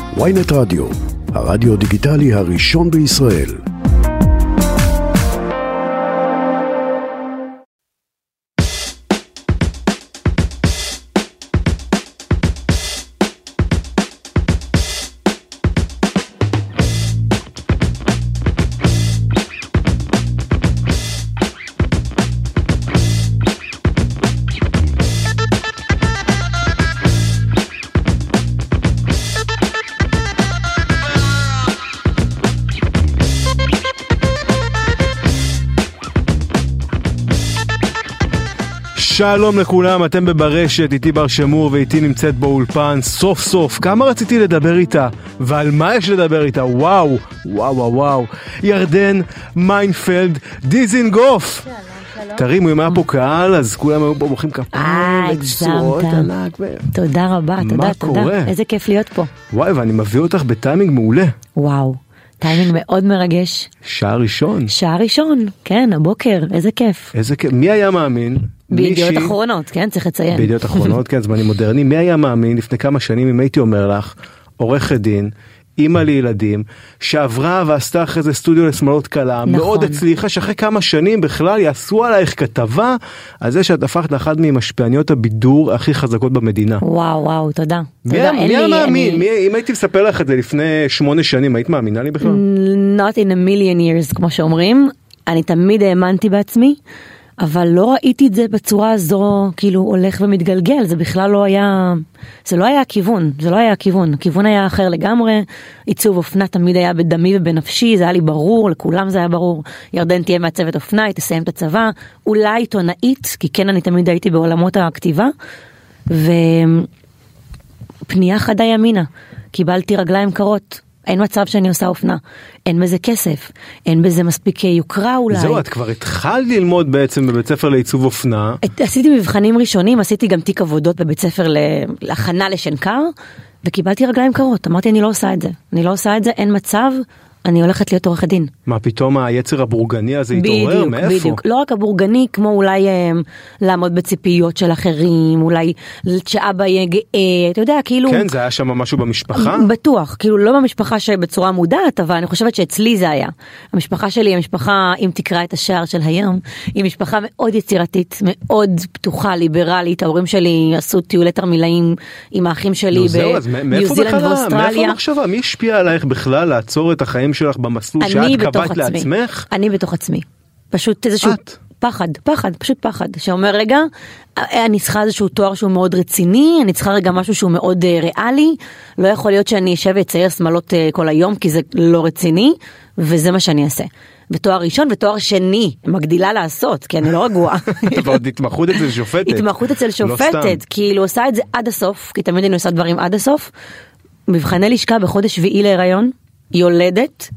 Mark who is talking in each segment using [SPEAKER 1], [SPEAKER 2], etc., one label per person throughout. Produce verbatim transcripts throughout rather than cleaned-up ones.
[SPEAKER 1] וויינט רדיו, הרדיו דיגיטלי הראשון בישראל.
[SPEAKER 2] שלום לכולם, אתם בברשת, איתי בר שמור ואיתי נמצאת באולפן סוף סוף. כמה רציתי לדבר איתה, ועל מה יש לדבר איתה? וואו, וואו וואו וואו. ירדן מיינפלד דיזינגוף. תרימו, אם היה פה קהל, אז כולם היו פה מוחאים כפיים.
[SPEAKER 3] אה, הגזמת. תודה רבה, תודה, תודה. איזה כיף להיות פה.
[SPEAKER 2] וואי, ואני מביא אותך בטיימינג מעולה.
[SPEAKER 3] וואו, טיימינג מאוד מרגש.
[SPEAKER 2] שעה ראשון.
[SPEAKER 3] שעה ראשון, כן, הבוקר, איזה כיף.
[SPEAKER 2] איזה כיף. מי היה מאמין?
[SPEAKER 3] בידיעות אחרונות, כן, צריך לציין.
[SPEAKER 2] בידיעות אחרונות, כן, זמנים מודרניים. מי היה מאמין לפני כמה שנים, אם הייתי אומר לך, עורכת דין, אימא לילדים, שעברה ועשתה אחרי זה סטודיו לשמאלות קלה, נכון. מאוד הצליחה, שאחרי כמה שנים בכלל יעשו עלייך כתבה, על זה שאת הפכת לאחת ממשפיעניות הבידור הכי חזקות במדינה.
[SPEAKER 3] וואו, וואו, תודה.
[SPEAKER 2] מי,
[SPEAKER 3] תודה.
[SPEAKER 2] מי היה מאמין? אני... מי, אם הייתי מספר לך את זה לפני שמונה שנים, היית מאמינה לי בכלל?
[SPEAKER 3] Not in a million years, כמו שאומרים. אני תמיד האמנתי בעצמי, אבל לא ראיתי את זה בצורה הזו, כאילו הולך ומתגלגל, זה בכלל לא היה, זה לא היה הכיוון, זה לא היה הכיוון, הכיוון היה אחר לגמרי, עיצוב אופנה תמיד היה בדמי ובנפשי, זה היה לי ברור, לכולם זה היה ברור, ירדן תהיה מעצבת אופנה, היא תסיים את הצבא, אולי עיתונאית, כי כן אני תמיד הייתי בעולמות הכתיבה, ופנייה חדה ימינה, קיבלתי רגליים קרות, אין מצב שאני עושה אופנה, אין בזה כסף, אין בזה מספיק יוקרה אולי.
[SPEAKER 2] זהו, את כבר התחלת ללמוד בעצם בבית ספר לעיצוב אופנה.
[SPEAKER 3] את, עשיתי מבחנים ראשונים, עשיתי גם תיק עבודות בבית ספר להכנה לשנקר, וקיבלתי רגליים קרות, אמרתי אני לא עושה את זה, אני לא עושה את זה, אין מצב, אני הולכת להיות עורכת דין.
[SPEAKER 2] מה פתאום היצר הבורגני הזה התעורר?
[SPEAKER 3] בדיוק,
[SPEAKER 2] מאיפה?
[SPEAKER 3] בדיוק. לא רק הבורגני, כמו אולי אה, לעמוד בציפיות של אחרים, אולי שאבא יהיה גאה, אתה יודע, כאילו...
[SPEAKER 2] כן, זה היה שם משהו במשפחה?
[SPEAKER 3] בטוח, כאילו לא במשפחה שבצורה מודעת, אבל אני חושבת שאצלי זה היה. המשפחה שלי, המשפחה, אם תקרא את השער של היום, היא משפחה מאוד יצירתית, מאוד פתוחה, ליברלית. ההורים שלי עשו טיולי תרמילאים עם האחים שלי בניו זילנד ואוסטרליה.
[SPEAKER 2] מאיפה מחשבה? מי השפיע עלייך בכלל לעצור את החיים שלך במסלול שאת קבעת לעצמך?
[SPEAKER 3] אני בתוך עצמי. פשוט איזשהו פחד, פחד, פשוט פחד, שאומר רגע, אני צריכה איזשהו תואר שהוא מאוד רציני, אני צריכה רגע משהו שהוא מאוד ריאלי, לא יכול להיות שאני אשב ואצייר שמלות כל היום, כי זה לא רציני, וזה מה שאני אעשה. ותואר ראשון ותואר שני, מגדילה לעשות, כי אני לא רגועה.
[SPEAKER 2] ועוד התמחות אצל שופטת.
[SPEAKER 3] התמחות אצל שופטת, כאילו עושה את זה עד הסוף, כי תמיד אני עושה דברים עד הסוף. מבחני לשכה בחודש שביעי להיריון, יולדת,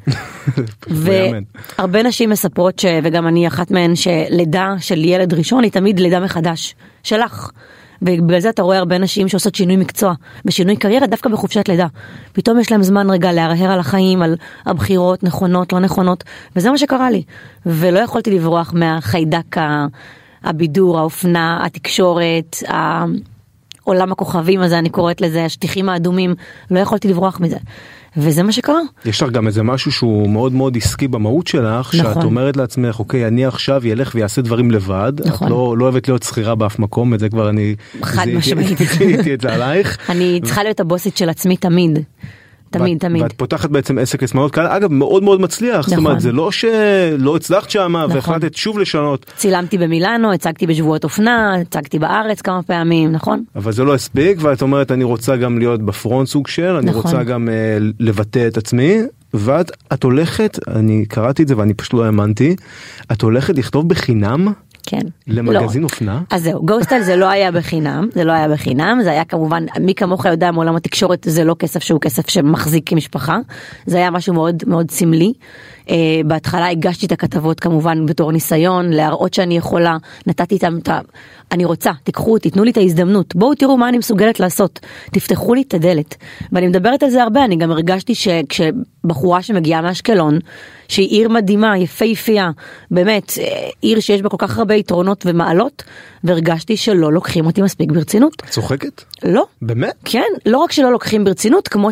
[SPEAKER 3] והרבה נשים מספרות, ש... וגם אני אחת מהן, שלידה של ילד ראשון היא תמיד לידה מחדש, שלך. ובגלל זה אתה רואה הרבה נשים שעושות שינוי מקצוע, בשינוי קריירה דווקא בחופשת לידה. פתאום יש להם זמן רגע להרהר על החיים, על הבחירות, נכונות, לא נכונות, וזה מה שקרה לי. ולא יכולתי לברוח מהחיידק הבידור, האופנה, התקשורת, עולם הכוכבים הזה, אני קוראת לזה, השטיחים האדומים, לא יכולתי לברוח מזה. וזה מה שקרה.
[SPEAKER 2] יש לך גם איזה משהו שהוא מאוד מאוד עסקי במהות שלך, נכון. שאת אומרת לעצמך, אוקיי, אני עכשיו ילך ויעשה דברים לבד, נכון. את לא, לא אוהבת להיות שכירה באף מקום, את זה כבר אני...
[SPEAKER 3] חד משמעית.
[SPEAKER 2] זיהיתי את זה עלייך.
[SPEAKER 3] אני צריכה להיות הבוסית של עצמי תמיד. תמיד, תמיד.
[SPEAKER 2] ואת פותחת בעצם עסק לשמאלות כאלה, אגב, מאוד מאוד מצליח. נכון. זאת אומרת, זה לא שלא הצלחת שמה, נכון. והחלטת שוב לשנות.
[SPEAKER 3] צילמתי במילאנו, הצגתי בשבועות אופנה, הצגתי בארץ כמה פעמים, נכון?
[SPEAKER 2] אבל זה לא הספיק, ואת אומרת, אני רוצה גם להיות בפרונט סוג של, אני נכון. רוצה גם uh, לבטא את עצמי, ואת את הולכת, אני קראתי את זה ואני פשוט לא האמנתי, את הולכת לכתוב בחינם,
[SPEAKER 3] כן.
[SPEAKER 2] למגזין
[SPEAKER 3] לא.
[SPEAKER 2] אופנה?
[SPEAKER 3] אז זהו, גוסטל זה לא היה בחינם, זה לא היה בחינם, זה היה כמובן, מי כמוך יודע מעולם התקשורת, זה לא כסף שהוא כסף שמחזיק כמשפחה, זה היה משהו מאוד מאוד סמלי. Uh, בהתחלה הגשתי את הכתבות כמובן בתור ניסיון, להראות שאני יכולה, נתתי איתם את ה... אני רוצה, תיקחו, תיתנו לי את ההזדמנות, בואו תראו מה אני מסוגלת לעשות, תפתחו לי את הדלת. ואני מדברת על זה הרבה, אני גם הרגשתי שכשבחורה שמגיעה מאשקלון, שהיא עיר מדהימה, יפהפייה, באמת, עיר שיש בה כל כך הרבה יתרונות ומעלות, והרגשתי שלא לוקחים אותי מספיק ברצינות.
[SPEAKER 2] צוחקת?
[SPEAKER 3] לא.
[SPEAKER 2] באמת?
[SPEAKER 3] כן, לא רק שלא לוקחים ברצינות, כמו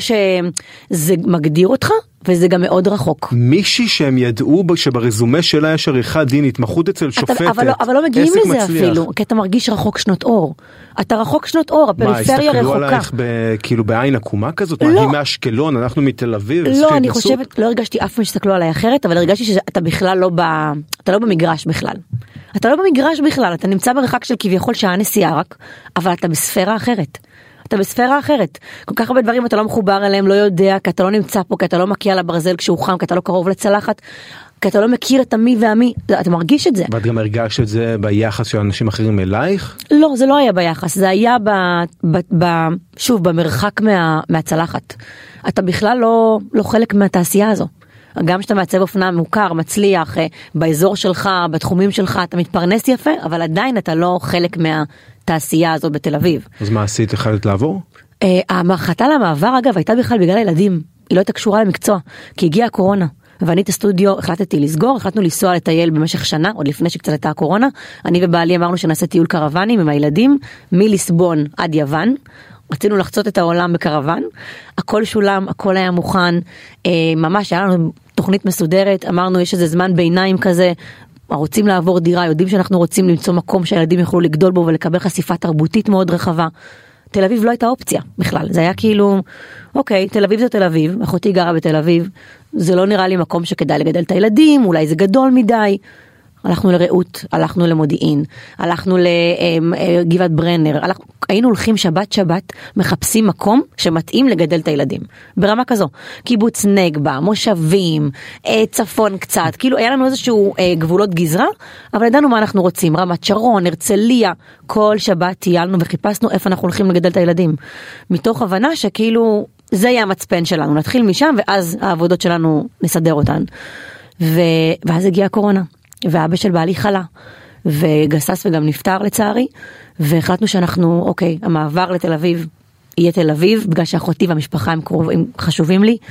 [SPEAKER 3] שזה מגדיר אותך, וזה גם מאוד רחוק.
[SPEAKER 2] מישהי שהם ידעו שברזומה שלה יש עריכת דין, התמחות אצל שופטת,
[SPEAKER 3] אבל לא, אבל לא מגיעים לזה אפילו, כי אתה מרגיש רחוק שנות אור. אתה רחוק שנות אור, הפריפריה רחוקה. מה, הסתכלו עלייך
[SPEAKER 2] כאילו בעין עקומה כזאת?
[SPEAKER 3] לא.
[SPEAKER 2] היא מהשקלון, אנחנו מתל אביב.
[SPEAKER 3] לא, אני חושבת, לא הרגשתי אף פעם שתסתכלו עליי אחרת, אבל הרגשתי שאתה בכלל לא, ב... אתה לא במגרש בכלל. אתה לא במגרש בכלל, אתה נמצא ברחק של כביכול שעה נסיעה רק, אבל אתה בספירה אחרת. אתה בספירה אחרת. כל כך הרבה דברים אתה לא מחובר אליהם, לא יודע, כי אתה לא נמצא פה, כי אתה לא מקיע לברזל כשהוא חם, כי אתה לא קרוב לצלחת, כי אתה לא מכיר את המי והמי, אתה מרגיש את זה.
[SPEAKER 2] ואת גם הרגשת את זה ביחס של אנשים אחרים אלייך?
[SPEAKER 3] לא, זה לא היה ביחס, זה היה ב, ב, ב, שוב, במרחק מה, מהצלחת. אתה בכלל לא, לא חלק מהתעשייה הזו. גם שאתה מעצב אופנה מוכר, מצליח, באזור שלך, בתחומים שלך, אתה מתפרנס יפה, אבל עדיין אתה לא חלק מהתעשייה הזו בתל אביב.
[SPEAKER 2] אז מה עשית? החלטת לעבור?
[SPEAKER 3] ההחלטה למעבר, אגב, הייתה בכלל בגלל הילדים. היא לא הייתה קשורה למקצוע, כי הגיעה הקורונה. ואני את הסטודיו החלטתי לסגור, החלטנו לנסוע לטייל במשך שנה, עוד לפני שקצת הייתה הקורונה. אני ובעלי אמרנו שנעשה טיול קרוונים עם הילדים, מליסבון עד יוון. רצינו לחצות את העולם בקרוון, הכל שולם, הכל היה מוכן, ממש היה לנו תוכנית מסודרת, אמרנו יש איזה זמן ביניים כזה, רוצים לעבור דירה, יודעים שאנחנו רוצים למצוא מקום שהילדים יוכלו לגדול בו ולקבל חשיפה תרבותית מאוד רחבה. תל אביב לא הייתה אופציה בכלל, זה היה כאילו, אוקיי, תל אביב זה תל אביב, אחותי גרה בתל אביב, זה לא נראה לי מקום שכדאי לגדל את הילדים, אולי זה גדול מדי. הלכנו לרעות, הלכנו למודיעין, הלכנו לגבעת ברנר, הלכנו, היינו הולכים שבת שבת, מחפשים מקום שמתאים לגדל את הילדים. ברמה כזו, קיבוץ נגבה, מושבים, צפון קצת, כאילו היה לנו איזשהו גבולות גזרה, אבל ידענו מה אנחנו רוצים, רמת שרון, הרצליה, כל שבת טיילנו וחיפשנו איפה אנחנו הולכים לגדל את הילדים. מתוך הבנה שכאילו זה יהיה המצפן שלנו, נתחיל משם ואז העבודות שלנו נסדר אותן. ו... ואז הגיעה הקורונה. ואבא של בעלי חלה, וגסס וגם נפטר לצערי, והחלטנו שאנחנו, אוקיי, המעבר לתל אביב יהיה תל אביב, בגלל שאחותי והמשפחה הם, קרוב, הם חשובים לי,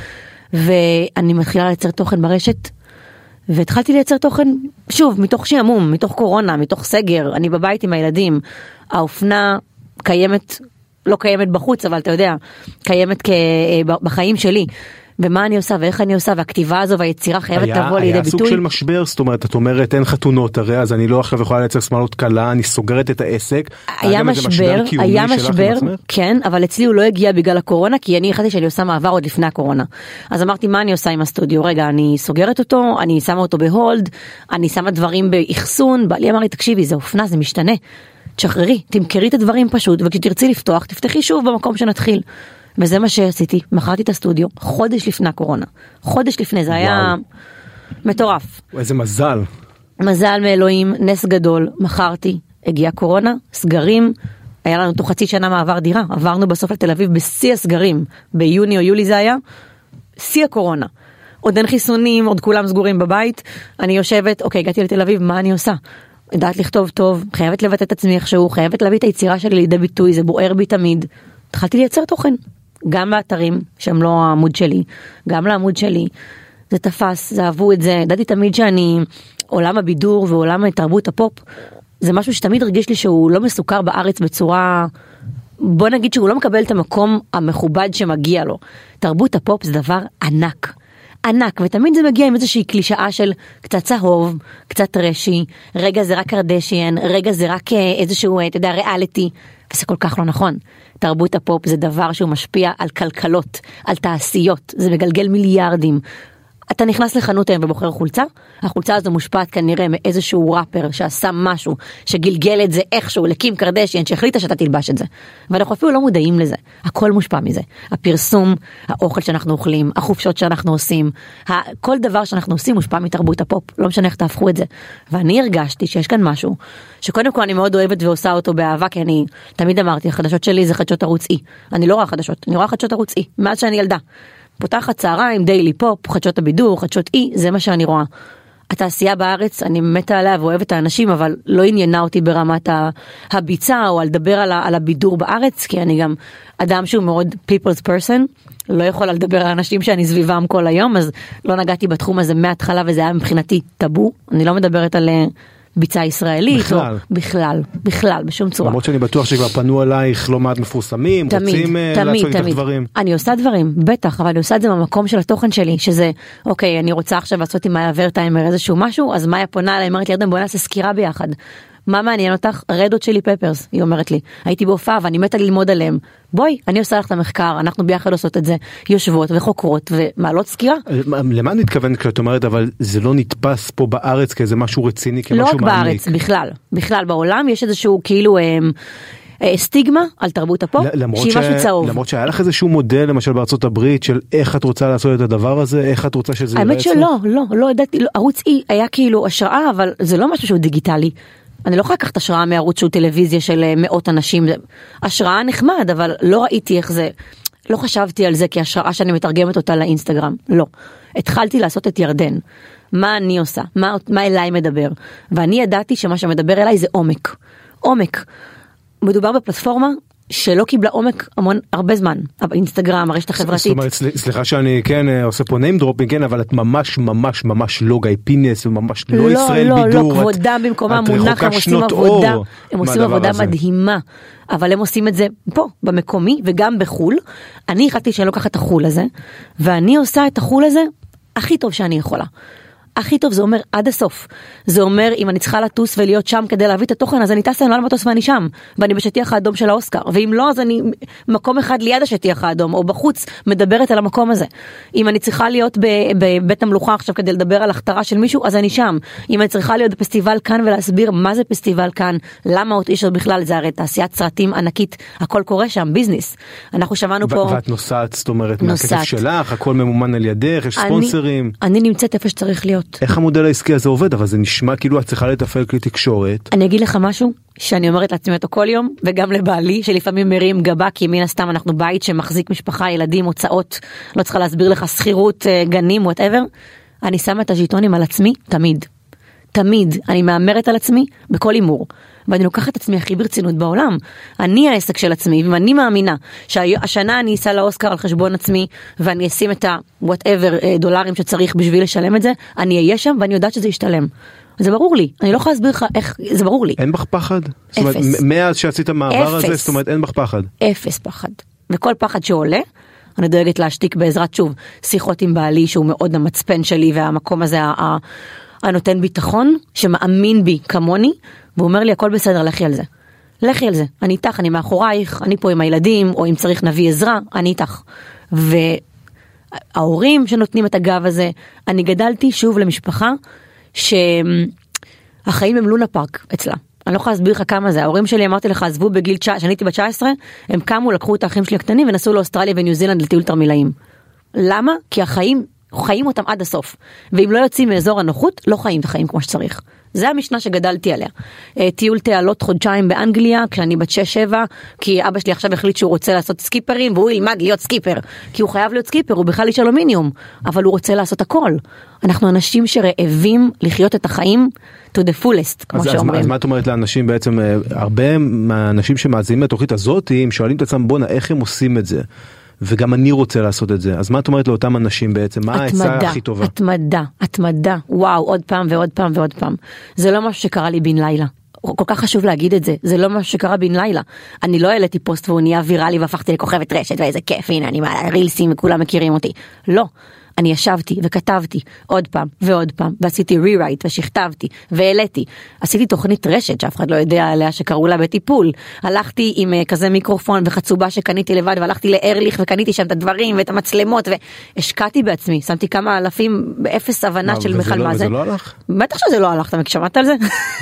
[SPEAKER 3] ואני מתחילה לייצר תוכן ברשת, והתחלתי לייצר תוכן, שוב, מתוך שעמום, מתוך קורונה, מתוך סגר, אני בבית עם הילדים, האופנה קיימת, לא קיימת בחוץ, אבל אתה יודע, קיימת כ... בחיים שלי, ומה אני עושה ואיך אני עושה, והכתיבה הזו והיצירה חייבת לבוא לידי ביטוי. היה סוג
[SPEAKER 2] של משבר, זאת אומרת, את אומרת אין חתונות הרי, אז אני לא עכשיו יכולה לייצר שמלות קלה, אני סוגרת את העסק.
[SPEAKER 3] היה משבר, היה משבר, כן, אבל אצלי הוא לא הגיע בגלל הקורונה, כי אני החלטתי שאני עושה מעבר עוד לפני הקורונה. אז אמרתי, מה אני עושה עם הסטודיו? רגע, אני סוגרת אותו, אני שמה אותו בהולד, אני שמה דברים באחסון, בעלי אמר לי, תקשיבי, זה אופנה, זה משתנה. תשחררי, תמכרי את הדברים פשוט, וכשתרצי לפתוח, תפתחי שוב במקום שנתחיל. וזה מה שעשיתי, מכרתי את הסטודיו, חודש לפני הקורונה. חודש לפני, זה היה מטורף.
[SPEAKER 2] איזה מזל.
[SPEAKER 3] מזל מאלוהים, נס גדול, מכרתי, הגיעה קורונה, סגרים, היה לנו תוך חצי שנה מעבר דירה, עברנו בסוף לתל אביב בשיא הסגרים, ביוני או יולי זה היה, שיא הקורונה. עוד אין חיסונים, עוד כולם סגורים בבית, אני יושבת, אוקיי, הגעתי לתל אביב, מה אני עושה? יודעת לכתוב טוב, חייבת לבטא את עצמי איכשהו, חייבת להביא את היצירה שלי לידי ביטוי, זה בוער בי תמיד. התחלתי לייצר תוכן, גם באתרים שהם לא העמוד שלי, גם לעמוד שלי, זה תפס, זה אהבו את זה, ידעתי תמיד שאני, עולם הבידור ועולם תרבות הפופ, זה משהו שתמיד הרגיש לי שהוא לא מסוכר בארץ בצורה, בוא נגיד שהוא לא מקבל את המקום המכובד שמגיע לו. תרבות הפופ זה דבר ענק, ענק, ותמיד זה מגיע עם איזושהי קלישאה של קצת צהוב, קצת רשי, רגע זה רק קרדשיין, רגע זה רק איזשהו, אתה יודע, ריאליטי, וזה כל כך לא נכון. תרבות הפופ זה דבר שהוא משפיע על כלכלות, על תעשיות, זה מגלגל מיליארדים. אתה נכנס לחנות היום ובוחר חולצה, החולצה הזו מושפעת כנראה מאיזשהו ראפר שעשה משהו, שגלגל את זה איכשהו לקים קרדשיין, שהחליטה שאתה תלבש את זה. ואנחנו אפילו לא מודעים לזה, הכל מושפע מזה. הפרסום, האוכל שאנחנו אוכלים, החופשות שאנחנו עושים, כל דבר שאנחנו עושים מושפע מתרבות הפופ, לא משנה איך תהפכו את זה. ואני הרגשתי שיש כאן משהו, שקודם כל אני מאוד אוהבת ועושה אותו באהבה, כי אני תמיד אמרתי, החדשות שלי זה חדשות ערוץ אי. אני לא רואה חדשות, אני רואה חדשות ערוץ אי, מאז שאני ילדה. פותחת צהריים, דיילי פופ, חדשות הבידור, חדשות אי, זה מה שאני רואה. התעשייה בארץ, אני מתה עליה ואוהבת את האנשים, אבל לא עניינה אותי ברמת הביצה, או על לדבר על, על הבידור בארץ, כי אני גם אדם שהוא מאוד people's person, לא יכולה לדבר על אנשים שאני סביבם כל היום, אז לא נגעתי בתחום הזה מההתחלה, וזה היה מבחינתי טאבו. אני לא מדברת על ביצה ישראלית,
[SPEAKER 2] בכלל.
[SPEAKER 3] או בכלל, בכלל, בשום צורה.
[SPEAKER 2] למרות שאני בטוח שכבר פנו עלייך לא מעט מפורסמים,
[SPEAKER 3] תמיד,
[SPEAKER 2] רוצים
[SPEAKER 3] תמיד,
[SPEAKER 2] לעשות איתך
[SPEAKER 3] תמיד.
[SPEAKER 2] דברים.
[SPEAKER 3] אני עושה דברים, בטח, אבל אני עושה את זה במקום של התוכן שלי, שזה, אוקיי, אני רוצה עכשיו לעשות עם מאיה ורטהיימר איזשהו משהו, אז מאיה פונה אליי, אומרת לי, ירדן, בואי נעשה סקירה ביחד. מה מעניין אותך? רדות שלי פפרס, היא אומרת לי. הייתי בהופעה ואני מתה ללמוד עליהם. בואי, אני עושה לך את המחקר, אנחנו ביחד עושות את זה, יושבות וחוקרות ומעלות סקירה.
[SPEAKER 2] למה אני מתכוון כשאת אומרת, אבל זה לא נתפס פה בארץ כאיזה משהו רציני, כמשהו מעניק?
[SPEAKER 3] לא רק בארץ, בכלל. בכלל בעולם יש איזשהו כאילו סטיגמה על תרבות הפופ, שהיא משהו צהוב.
[SPEAKER 2] למרות שהיה לך איזשהו מודל, למשל בארצות הברית, של איך את רוצה לעשות את הדבר הזה, איך את רוצה שזה יראה אצלך?
[SPEAKER 3] האמת שלא, לא, לא ידעתי, ערוץ אי היה כאילו השראה, אבל זה לא משהו שהוא דיגיטלי. אני לא יכולה לקחת השראה מערוץ שהוא טלוויזיה של מאות אנשים, השראה נחמד, אבל לא ראיתי איך זה, לא חשבתי על זה כהשראה שאני מתרגמת אותה לאינסטגרם, לא. התחלתי לעשות את ירדן, מה אני עושה, מה, מה אליי מדבר, ואני ידעתי שמה שמדבר אליי זה עומק, עומק. מדובר בפלטפורמה שלא קיבלה עומק המון, הרבה זמן, האינסטגרם, הרשת החברתית.
[SPEAKER 2] זאת אומרת, סליחה שאני כן עושה פה name dropping, כן, אבל את ממש ממש ממש לא גיא פינס, וממש לא ישראל בידור.
[SPEAKER 3] לא, לא, כבודם במקומם מונח, הם עושים עבודה, הם עושים עבודה מדהימה, אבל הם עושים את זה פה, במקומי, וגם בחול. אני החלטתי שאני לוקחת את החול הזה, ואני עושה את החול הזה הכי טוב שאני יכולה. הכי טוב זה אומר עד הסוף. זה אומר אם אני צריכה לטוס ולהיות שם כדי להביא את התוכן, אז אני טסה, אני לא למטוס ואני שם. ואני בשטיח האדום של האוסקר. ואם לא, אז אני מקום אחד ליד השטיח האדום, או בחוץ, מדברת על המקום הזה. אם אני צריכה להיות בבית המלוכה עכשיו כדי לדבר על הכתרה של מישהו, אז אני שם. אם אני צריכה להיות בפסטיבל כאן ולהסביר מה זה פסטיבל כאן, למה עוד איש בכלל, זה הרי תעשיית סרטים ענקית, הכל קורה שם, ביזנס. אנחנו שמענו פה...
[SPEAKER 2] ואת נוסעת, זאת אומרת, מהכסף שלך, הכל ממומן על ידך, יש ספונסרים.
[SPEAKER 3] אני נמצאת איפה שצריך להיות.
[SPEAKER 2] איך המודל העסקי הזה עובד? אבל זה נשמע כאילו את צריכה לתפעל כלי תקשורת.
[SPEAKER 3] אני אגיד לך משהו שאני אומרת לעצמי אותו כל יום, וגם לבעלי, שלפעמים מרים גבה, כי מן הסתם אנחנו בית שמחזיק משפחה, ילדים, הוצאות, לא צריכה להסביר לך שכירות, גנים, whatever. אני שמה את הז'יטונים על עצמי, תמיד. תמיד. אני מאמרת על עצמי בכל אימור. ואני לוקחת את עצמי הכי ברצינות בעולם. אני העסק של עצמי, ואני מאמינה שהשנה אני אסע לאוסקר על חשבון עצמי, ואני אשים את ה-whatever דולרים שצריך בשביל לשלם את זה, אני אהיה שם ואני יודעת שזה ישתלם. זה ברור לי, אני לא יכולה להסביר לך איך, זה ברור לי.
[SPEAKER 2] אין בך פחד?
[SPEAKER 3] אפס.
[SPEAKER 2] זאת אומרת, מאז שעשית המעבר הזה, זאת אומרת, אין בך פחד?
[SPEAKER 3] אפס פחד. וכל פחד שעולה, אני דואגת להשתיק בעזרת שוב שיחות עם בעלי, שהוא מאוד המצפן שלי, והמקום הזה הנותן ביטחון, שמאמין בי כמוני, והוא אומר לי, הכל בסדר, לכי על זה. לכי על זה. אני איתך, אני מאחורייך, אני פה עם הילדים, או אם צריך נביא עזרה, אני איתך. וההורים שנותנים את הגב הזה, אני גדלתי שוב למשפחה, שהחיים הם לונה פארק אצלה. אני לא יכולה להסביר לך כמה זה. ההורים שלי, אמרתי לך, עזבו בגיל, שאני הייתי ב-תשע עשרה, הם קמו, לקחו את האחים שלי הקטנים, ונסעו לאוסטרליה וניו זילנד לטיול תרמילאים. למה? כי החיים, חיים אותם עד הסוף. ואם לא יוצאים מאזור הנוחות, לא חיים את החיים כמו שצריך. זה המשנה שגדלתי עליה. טיול תעלות חודשיים באנגליה, כשאני בת שש שבע, כי אבא שלי עכשיו החליט שהוא רוצה לעשות סקיפרים, והוא ילמד להיות סקיפר. כי הוא חייב להיות סקיפר, הוא בכלל איש אלומיניום, אבל הוא רוצה לעשות הכל. אנחנו אנשים שרעבים לחיות את החיים to the fullest, כמו
[SPEAKER 2] אז,
[SPEAKER 3] שאומרים.
[SPEAKER 2] אז, אז מה את אומרת לאנשים בעצם, הרבה מהאנשים שמאזינים לתוכנית הזאת, הם שואלים את עצמם, בונה, איך הם עושים את זה? וגם אני רוצה לעשות את זה. אז מה את אומרת לאותם אנשים בעצם? מה העצה הכי טובה?
[SPEAKER 3] התמדה, התמדה. וואו, עוד פעם ועוד פעם ועוד פעם. זה לא משהו שקרה לי בן לילה. כל כך חשוב להגיד את זה. זה לא משהו שקרה בן לילה. אני לא העליתי פוסט והוא נהיה ויראלי והפכתי לכוכבת רשת, ואיזה כיף, הנה, אני מעלה רילסים וכולם מכירים אותי. לא. אני ישבתי וכתבתי עוד פעם ועוד פעם, ועשיתי רירייט ושכתבתי והעליתי. עשיתי תוכנית רשת שאף אחד לא יודע עליה, שקראו לה בטיפול. הלכתי עם כזה מיקרופון וחצובה שקניתי לבד, והלכתי לארליך וקניתי שם את הדברים ואת המצלמות, והשקעתי בעצמי. שמתי כמה אלפים באפס הבנה של מיכל מה זה.
[SPEAKER 2] וזה לא הלך?
[SPEAKER 3] בטח שזה לא הלך, אתה שמעת על זה?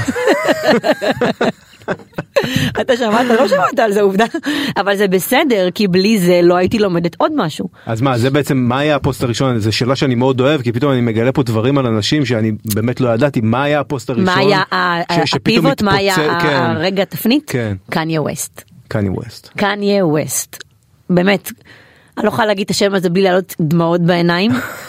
[SPEAKER 3] אתה שמעת, לא שמעת על זה עובדה, אבל זה בסדר, כי בלי זה לא הייתי לומדת עוד משהו.
[SPEAKER 2] אז מה, זה בעצם, מה היה הפוסט הראשון? זו שאלה שאני מאוד אוהב, כי פתאום אני מגלה פה דברים על אנשים שאני באמת לא ידעתי, מה היה הפוסט הראשון?
[SPEAKER 3] מה היה הפיבוט, מה היה הרגע התפנית? קניה ווסט.
[SPEAKER 2] קניה ווסט.
[SPEAKER 3] קניה ווסט. באמת, אני לא יכולה להגיד את השם הזה בלי לעלות דמעות בעיניים,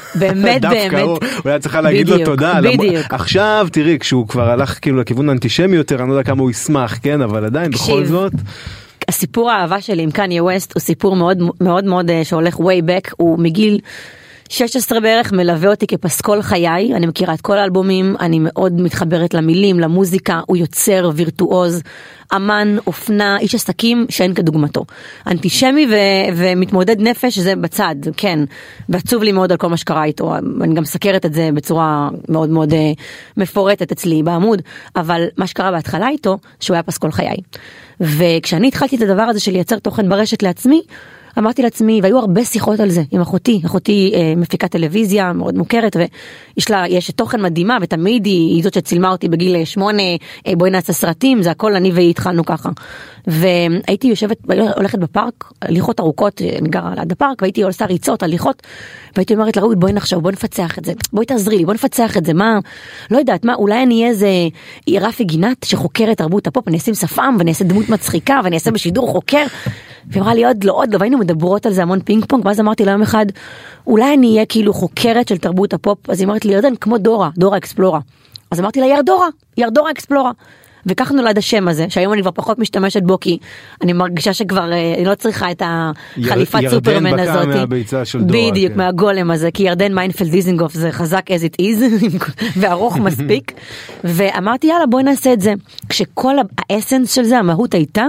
[SPEAKER 3] באמת באמת.
[SPEAKER 2] הוא היה צריכה להגיד לו תודה.
[SPEAKER 3] בדיוק.
[SPEAKER 2] עכשיו תראי, כשהוא כבר הלך כאילו לכיוון האנטישמי יותר, אני לא יודע כמה הוא ישמח, כן, אבל עדיין בכל זאת.
[SPEAKER 3] הסיפור האהבה שלי עם קניה ווסט הוא סיפור מאוד מאוד מאוד שהולך way back, הוא מגיל שש עשרה בערך מלווה אותי כפסקול חיי, אני מכירה את כל האלבומים, אני מאוד מתחברת למילים, למוזיקה, הוא יוצר, וירטואוז, אמן, אופנה, איש עסקים שאין כדוגמתו. אנטישמי ו- ומתמודד נפש זה בצד, כן, ועצוב לי מאוד על כל מה שקרה איתו, אני גם סקרת את זה בצורה מאוד מאוד מפורטת אצלי בעמוד, אבל מה שקרה בהתחלה איתו, שהוא היה פסקול חיי. וכשאני התחלתי את הדבר הזה של לייצר תוכן ברשת לעצמי, אמרתי לעצמי, והיו הרבה שיחות על זה עם אחותי, אחותי אה, מפיקה טלוויזיה מאוד מוכרת, ויש לה, יש תוכן מדהימה, ותמיד היא, היא זאת שצילמה אותי בגיל שמונה, אה, בואי נעשה סרטים, זה הכל אני והיא התחלנו ככה. והייתי יושבת, הולכת בפארק, הליכות ארוכות, אני גרה ליד הפארק, והייתי עושה ריצות, הליכות, והייתי אומרת לה, בואי נחשוב, בואי נפצח את זה, בואי תעזרי לי, בואי נפצח את זה, מה, לא יודעת, מה, אולי אני אהיה איזה רפי גינת שחוקרת תרבות הפופ, אני אשים שפם, ואני אעשה דמות מצחיקה, ואני אעשה בשידור חוקר, ואמרה לי עוד לא, עוד לא, והיינו מדברות על זה המון פינג פונג, ואז אמרתי לה יום אחד, אולי אני אהיה כאילו חוקרת של תרבות הפופ, אז היא אמרת לי, ירדן, כמו דורה, דורה אקספלורה. אז אמרתי לה, ירדורה, ירדורה אקספלורה. וכך נולד השם הזה, שהיום אני כבר פחות משתמשת בו, כי אני מרגישה שכבר, אני לא צריכה את החליפת סופרמן הזאת.
[SPEAKER 2] ירדן בקע מהביצה של דורה.
[SPEAKER 3] בדיוק, מהגולם הזה, כי ירדן מיינפלד דיזינגוף זה חזק as it is, וארוך מספיק. ואמרתי, יאללה, בואי נעשה את זה. כשכל האסנס של זה, המהות הייתה,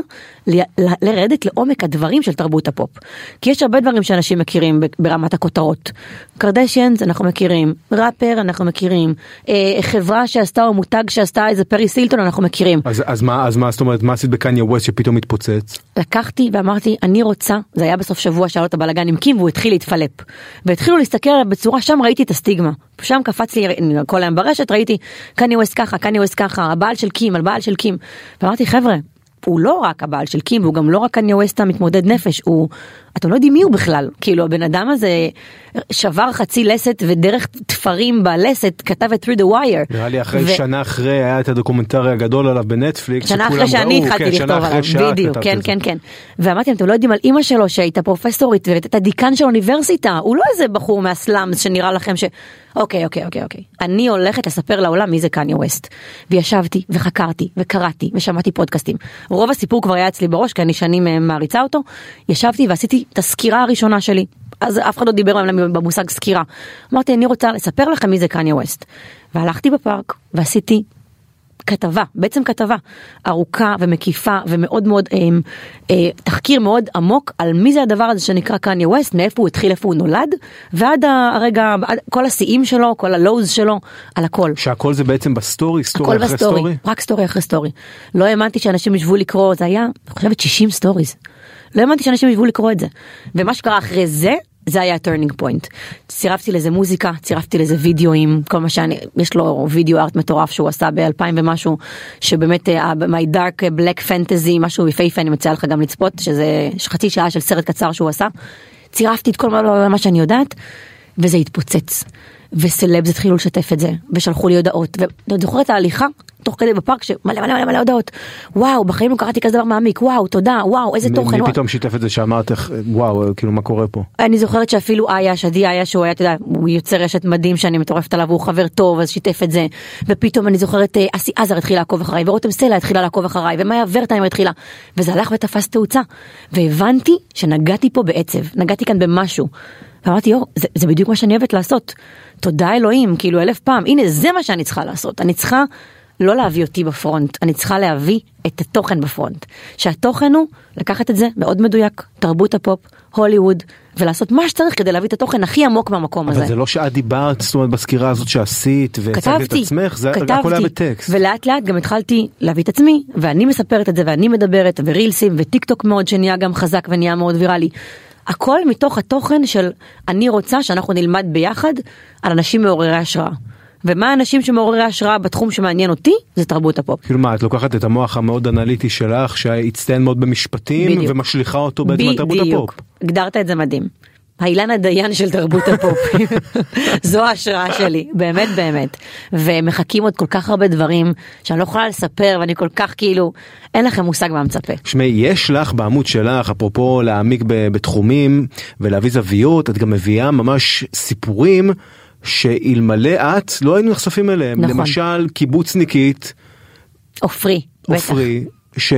[SPEAKER 3] לרדת לעומק הדברים של תרבות הפופ. כי יש הרבה דברים שאנשים מכירים ברמת הכותרות. קרדשיאנס אנחנו מכירים, ראפר אנחנו מכירים, חברה שעשתה או מותג שעשתה איזה פרי סילטון אנחנו מכירים.
[SPEAKER 2] אז, אז מה, אז מה, זאת אומרת, מה עשית בקניה ווסט שפתאום מתפוצץ?
[SPEAKER 3] לקחתי ואמרתי, אני רוצה, זה היה בסוף שבוע שהיה לו את הבלגן עם קים, והוא התחיל להתפלפ. והתחילו להסתכל בצורה, שם ראיתי את הסטיגמה. שם קפץ לי כל היום ברשת, ראיתי, קניה ווסט ככה, קניה ווסט ככה, הבעל של קים, הבעל של קים. ואמרתי, חבר'ה, הוא לא רק הבעל של קים, והוא גם לא רק קניה ווסט המתמודד נפש, הוא, אתם לא יודעים מי הוא בכלל, כאילו הבן אדם הזה שבר חצי לסת ודרך תפרים בלסת, כתב את through the wire.
[SPEAKER 2] נראה לי אחרי ו... שנה אחרי היה את הדוקומנטרי הגדול עליו בנטפליקס,
[SPEAKER 3] שנה אחרי שאני התחלתי כן, לכתוב עליו, בדיוק, כן, כן, כן. ואמרתי, אתם לא יודעים על אמא שלו שהייתה פרופסורית, והייתה דיקן של אוניברסיטה, הוא לא איזה בחור מהסלאמס שנראה לכם ש... אוקיי, אוקיי, אוקיי, אוקיי. אני הולכת לספר לעולם מי זה קניה ווסט. וישבתי וחקרתי וקראתי ושמעתי פודקאסטים. רוב הסיפור כבר היה אצלי בראש, כי אני שנים מעריצה אותו. ישבתי ועשיתי את הסקירה הראשונה שלי. אז אף אחד לא דיבר עליהם במושג סקירה. אמרתי, אני רוצה לספר לכם מי זה קניה ווסט. והלכתי בפארק ועשיתי כתבה, בעצם כתבה ארוכה ומקיפה ומאוד מאוד אה, אה, תחקיר מאוד עמוק על מי זה הדבר הזה שנקרא קניה ווסט, מאיפה הוא התחיל, איפה הוא נולד, ועד הרגע, כל השיאים שלו, כל הלוז שלו, על הכל.
[SPEAKER 2] שהכל זה בעצם בסטורי, סטורי אחרי
[SPEAKER 3] בסטורי,
[SPEAKER 2] סטורי?
[SPEAKER 3] רק סטורי אחרי סטורי. לא האמנתי שאנשים ישבו לקרוא, זה היה, אני חושבת שישים סטוריז. לא האמנתי שאנשים ישבו לקרוא את זה. ומה שקרה אחרי זה, זה היה הטרנינג פוינט. צירפתי לזה מוזיקה, צירפתי לזה וידאוים, כל מה שאני, יש לו וידאו ארט מטורף שהוא עשה ב-אלפיים ומשהו, שבאמת, uh, my dark black fantasy, משהו יפהפה, אני מציעה לך גם לצפות, שזה חצי שעה של סרט קצר שהוא עשה. צירפתי את כל מה, מה שאני יודעת, וזה התפוצץ. וסלבס התחילו לשתף את זה, ושלחו לי הודעות, ואני זוכרת את ההליכה, תוך כדי בפארק, שמלא מלא מלא מלא הודעות, וואו, בחיים לא קראתי כזה דבר מעמיק, וואו, תודה, וואו, איזה תוכן.
[SPEAKER 2] מי פתאום שיתף את זה שאמרת, וואו, כאילו מה קורה פה?
[SPEAKER 3] אני זוכרת שאפילו איה, שדי איה, שהוא היה, אתה יודע, הוא יוצר רשת מדהים שאני מטורפת עליו, והוא חבר טוב, אז שיתף את זה, ופתאום אני זוכרת, אסי עזר התחילה לעקוב אחריי, ורותם סלע התחילה לעקוב אחריי, ומאיה ורטהיימר התחילה, וזה הלך ותפס תאוצה, והבנתי שנגעתי פה בעצב, נגעתי כאן במשהו. ואמרתי, יור, זה, זה בדיוק מה שאני אוהבת לעשות. תודה אלוהים, כאילו אלף פעם. הנה, זה מה שאני צריכה לעשות. אני צריכה לא להביא אותי בפרונט, אני צריכה להביא את התוכן בפרונט. שהתוכן הוא לקחת את זה מאוד מדויק, תרבות הפופ, הוליווד, ולעשות מה שצריך כדי להביא את התוכן הכי עמוק מהמקום הזה.
[SPEAKER 2] אבל זה לא שאת דיברת, זאת אומרת, בסקירה הזאת שעשית, והצגת את עצמך, זה הכל היה בטקסט.
[SPEAKER 3] ולאט לאט גם התחלתי להביא את עצמי, ואני מספרת את זה, ואני מדברת, ורילסים, וטיק טוק מאוד, שנהיה גם חזק ונהיה מאוד ויראלי. הכל מתוך התוכן של אני רוצה שאנחנו נלמד ביחד על אנשים מעוררי השראה. ומה האנשים שמעוררי השראה בתחום שמעניין אותי? זה תרבות הפופ.
[SPEAKER 2] כאילו מה, את לוקחת את המוח המאוד אנליטי שלך, שהצטיין מאוד במשפטים, בדיוק. ומשליחה אותו בעצם על תרבות הפופ.
[SPEAKER 3] הגדרת את זה מדהים. האילנה דיין של תרבות הפופ. זו ההשראה שלי, באמת באמת. ומחכים עוד כל כך הרבה דברים שאני לא יכולה לספר, ואני כל כך כאילו, אין לכם מושג מה מצפה.
[SPEAKER 2] שמי, יש לך בעמוד שלך, אפרופו להעמיק בתחומים ולהביא זוויות, את גם מביאה ממש סיפורים שאלמלא את לא היינו נחשפים אליהם.
[SPEAKER 3] נכון.
[SPEAKER 2] למשל, קיבוצניקית,
[SPEAKER 3] אופרי,
[SPEAKER 2] אופרי, ש...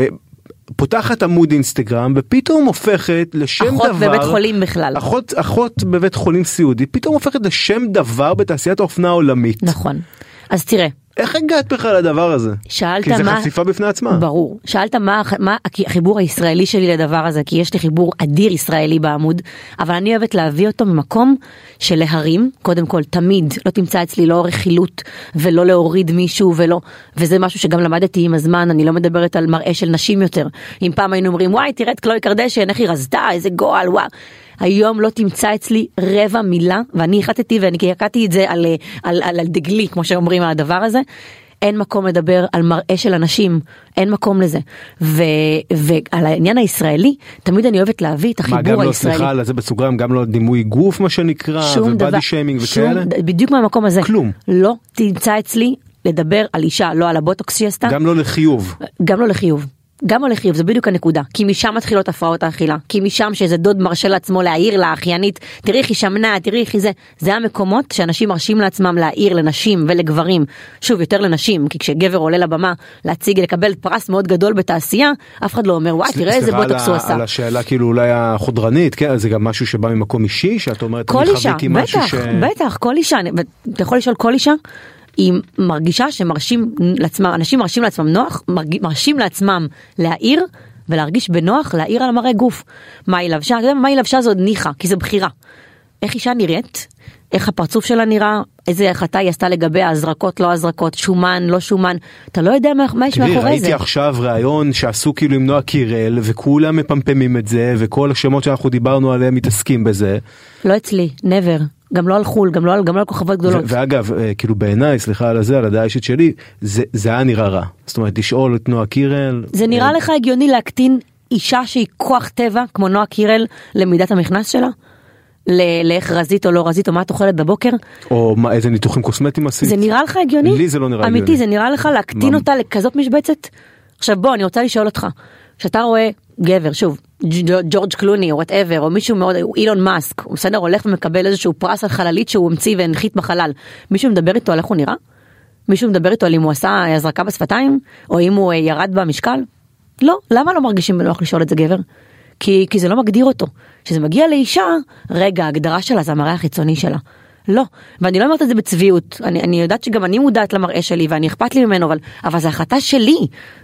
[SPEAKER 2] פותחת עמוד אינסטגרם ופתאום הופכת לשם
[SPEAKER 3] אחות
[SPEAKER 2] דבר.
[SPEAKER 3] בבית חולים בכלל.
[SPEAKER 2] אחות, אחות בבית חולים סיעודי, פתאום הופכת לשם דבר בתעשיית האופנה העולמית.
[SPEAKER 3] נכון. אז תראה.
[SPEAKER 2] איך הגעת בכלל לדבר הזה?
[SPEAKER 3] שאלת
[SPEAKER 2] כי זה
[SPEAKER 3] מה...
[SPEAKER 2] חשיפה בפני עצמה.
[SPEAKER 3] ברור. שאלת מה, מה החיבור הישראלי שלי לדבר הזה, כי יש לי חיבור אדיר ישראלי בעמוד, אבל אני אוהבת להביא אותו ממקום של להרים, קודם כל, תמיד, לא תמצא אצלי לא רכילות, ולא להוריד מישהו, ולא, וזה משהו שגם למדתי עם הזמן, אני לא מדברת על מראה של נשים יותר. אם פעם היינו אומרים, וואי, תראה את קלוי קרדשן, איך היא רזתה, איזה גועל, וואו. היום לא תמצא אצלי רבע מילה, ואני החלטתי ואני קייקתי את זה על, על, על, על דגלי, כמו שאומרים על הדבר הזה. אין מקום לדבר על מראה של אנשים, אין מקום לזה. ו, ועל העניין הישראלי, תמיד אני אוהבת להביא את החיבור הישראלי.
[SPEAKER 2] מה, גם לא סליחה על זה בסוגרם, גם לא דימוי גוף מה שנקרא, ובאדי שיימינג וכאלה?
[SPEAKER 3] בדיוק מהמקום הזה.
[SPEAKER 2] כלום.
[SPEAKER 3] לא תמצא אצלי לדבר על אישה, לא על הבוטוקס שהיא עשתה.
[SPEAKER 2] גם לא לחיוב.
[SPEAKER 3] גם לא לחיוב. גם לא לחיוב, זה בדיוק הנקודה, כי משם מתחילות הפרעות האכילה, כי משם שאיזה דוד מרשה לעצמו להעיר לאחיינית, תראי איך היא שמנה, תראי איך היא זה, זה המקומות שאנשים מרשים לעצמם להעיר לנשים ולגברים, שוב יותר לנשים, כי כשגבר עולה לבמה להציג, לקבל פרס מאוד גדול בתעשייה, אף אחד לא אומר, וואי, תראה איזה בוטוקס הוא עשה.
[SPEAKER 2] על השאלה כאילו אולי החודרנית, כן, זה גם משהו שבא ממקום אישי, שאת אומרת, אני חוויתי משהו ש...
[SPEAKER 3] בטח, כל אישה, אתה יכול לשאול כל אישה, היא מרגישה שמרשים לעצמם, אנשים מרשים לעצמם נוח, מרשים לעצמם להעיר ולהרגיש בנוח להעיר על המראה גוף. מה היא לבשה? אתה יודע מה היא לבשה? זו עוד ניחה, כי זו בחירה. איך אישה נראית? איך הפרצוף שלה נראה? איזה החלטה היא עשתה לגבי הזרקות, לא הזרקות, שומן, לא שומן. אתה לא יודע מה, מה יש מאחורי זה.
[SPEAKER 2] ראיתי עכשיו ראיון שעשו כאילו עם נועה קירל, וכולם מפמפמים את זה, וכל השמות שאנחנו דיברנו עליהם מתעסקים בזה.
[SPEAKER 3] לא אצלי, never. גם לא על חול, גם לא על, גם לא על כוכבות גדולות.
[SPEAKER 2] ואגב, כאילו בעיניי, סליחה על זה, על הדעה האישית שלי, זה, זה היה נראה רע. זאת אומרת, לשאול את נועה קירל...
[SPEAKER 3] זה נראה לך הגיוני להקטין אישה שהיא כוח טבע, כמו נועה קירל, למידת המכנס שלה? לאיך רזית או לא רזית, או מה את אוכלת בבוקר?
[SPEAKER 2] או מה, איזה ניתוחים קוסמטיים עשית?
[SPEAKER 3] זה נראה לך הגיוני?
[SPEAKER 2] לי זה לא נראה
[SPEAKER 3] אמיתי,
[SPEAKER 2] הגיוני.
[SPEAKER 3] זה נראה לך להקטין אותה לכזאת משבצת? עכשיו בוא, אני רוצה לשאול אותך. שאתה רואה גבר, שוב, ג'ורג' קלוני או whatever, או מישהו מאוד, אילון מאסק, הוא בסדר, הולך ומקבל איזשהו פרס על חללית שהוא המציא והנחית בחלל. מישהו מדבר איתו על איך הוא נראה? מישהו מדבר איתו על אם הוא עשה הזרקה בשפתיים? או אם הוא ירד במשקל? לא, למה לא מרגישים בנוח לשאול את זה גבר? כי, כי זה לא מגדיר אותו. כשזה מגיע לאישה, רגע, ההגדרה שלה זה המראה החיצוני שלה. לא, ואני לא אומרת את זה בצביעות. אני, אני יודעת שגם אני מודעת למראה שלי, ואני אכפת לי ממנו, אבל, אבל זה החלטה שלי.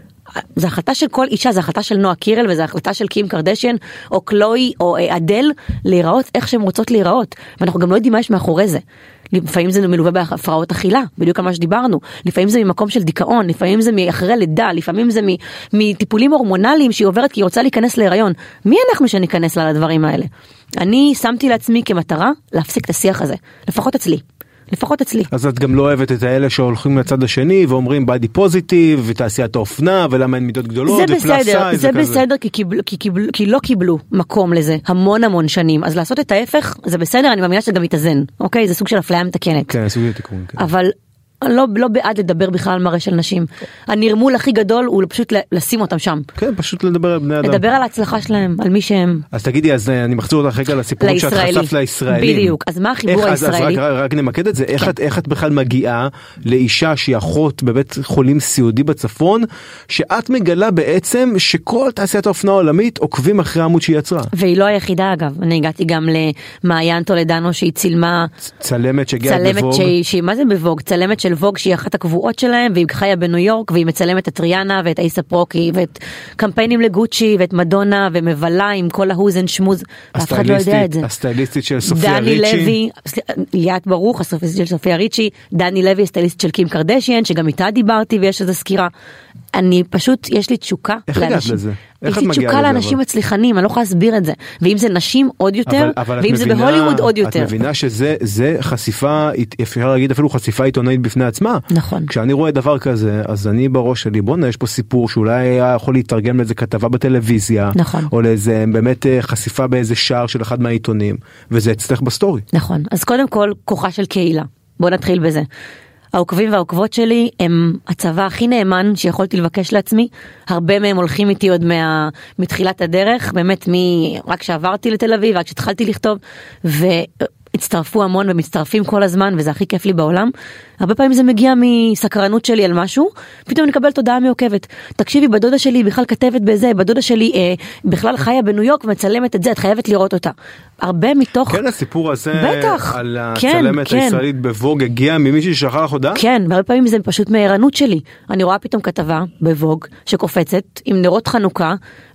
[SPEAKER 3] זה החלטה של כל אישה, זה החלטה של נועה קירל, וזה החלטה של קים קרדשן, או קלוי, או אדל, להיראות איך שהן רוצות להיראות. ואנחנו גם לא יודעים מה יש מאחורי זה. לפעמים זה מלווה בהפרעות אכילה, בדיוק על מה שדיברנו. לפעמים זה ממקום של דיכאון, לפעמים זה מאחרי לידה, לפעמים זה מטיפולים הורמונליים שהיא עוברת כי היא רוצה להיכנס להיריון. מי אנחנו שניכנס לה לדברים האלה? אני שמתי לעצמי כמטרה להפסיק את השיח הזה, לפחות אצלי. לפחות אצלי.
[SPEAKER 2] אז את גם לא אוהבת את האלה שהולכים לצד השני ואומרים בדי פוזיטיב ותעשיית האופנה ולמה אין מידות גדולות ופלאס סייז.
[SPEAKER 3] זה בסדר, כי, קיבל, כי, קיבל, כי לא קיבלו מקום לזה המון המון שנים, אז לעשות את ההפך זה בסדר, אני מאמינה שגם מתאזן, אוקיי? זה סוג של אפליה מתקנת.
[SPEAKER 2] כן, סוג של תיקון. כן.
[SPEAKER 3] אבל אני לא, לא בעד לדבר בכלל על מראה של נשים. הנרמול הכי גדול הוא פשוט לשים אותם שם.
[SPEAKER 2] כן, פשוט לדבר על בני אדם.
[SPEAKER 3] לדבר על ההצלחה שלהם, על מי שהם.
[SPEAKER 2] אז תגידי, אז אני מחזיר אותך רגע לסיפורים שאת חשפת לישראלים.
[SPEAKER 3] בדיוק, אז מה החיבור הישראלי?
[SPEAKER 2] אז רק נמקד את זה, איך את בכלל מגיעה לאישה שהיא אחות בבית חולים סיעודי בצפון, שאת מגלה בעצם שכל תעשיית האופנה העולמית עוקבים אחרי העמוד שהיא יצרה.
[SPEAKER 3] והיא לא היחידה אגב, אני הגעתי גם למעיין טולדנו שהיא צילמה
[SPEAKER 2] צלמת שהגיעה בווג.
[SPEAKER 3] מה זה בווג? צלמת של ווג שהיא אחת הקבועות שלהם, והיא חיה בניו יורק, והיא מצלמת את ריאנה ואת אייסה פרוקי, ואת קמפיינים לגוצ'י, ואת מדונה, ומבלה עם כל ההוזן שמוז, ואף אחד לא יודע את זה.
[SPEAKER 2] הסטייליסטית של סופיה
[SPEAKER 3] דני
[SPEAKER 2] ריצ'י.
[SPEAKER 3] לוי, ליאת ברוך, הסטייליסטית של סופיה ריצ'י, דני לוי, הסטייליסטית של קים קרדשיאן, שגם איתה דיברתי, ויש איזו סקירה. אני פשוט, יש לי תשוקה.
[SPEAKER 2] איך הגעת לזה?
[SPEAKER 3] יש לי תשוקה לאנשים מצליחנים, אני לא יכולה להסביר את זה. ואם זה נשים עוד יותר, ואם זה בהוליווד עוד יותר.
[SPEAKER 2] את מבינה שזה חשיפה, אפשר להגיד אפילו חשיפה עיתונאית בפני עצמה.
[SPEAKER 3] נכון.
[SPEAKER 2] כשאני רואה דבר כזה, אז אני בראש שלי, בוא'נה, יש פה סיפור שאולי היה יכול להתרגם לאיזה כתבה בטלוויזיה, או לאיזה באמת חשיפה באיזה שער של אחד מהעיתונים, וזה אצלך בסטורי.
[SPEAKER 3] נכון. אז קודם כל, כוחה של קהילה. בוא נתחיל בזה. העוקבים והעוקבות שלי הם הצבא הכי נאמן שיכולתי לבקש לעצמי. הרבה מהם הולכים איתי עוד מה, מתחילת הדרך, באמת מ, רק שעברתי לתל אביב, רק שהתחלתי לכתוב, והצטרפו המון ומצטרפים כל הזמן, וזה הכי כיף לי בעולם. הרבה פעמים זה מגיע מסקרנות שלי על משהו, פתאום אני מקבלת הודעה מעוקבת. תקשיבי, בדודה שלי בכלל כתבת בזה, בדודה שלי אה, בכלל חיה בניו יורק ומצלמת את זה, את חייבת לראות אותה. הרבה מתוך...
[SPEAKER 2] כן, הסיפור הזה
[SPEAKER 3] בטח,
[SPEAKER 2] על
[SPEAKER 3] כן,
[SPEAKER 2] הצלמת
[SPEAKER 3] כן.
[SPEAKER 2] הישראלית בווג הגיע ממישהי ששלחה לך הודעה?
[SPEAKER 3] כן, והרבה פעמים זה פשוט מהערנות שלי. אני רואה פתאום כתבה בווג שקופצת עם נרות חנוכה,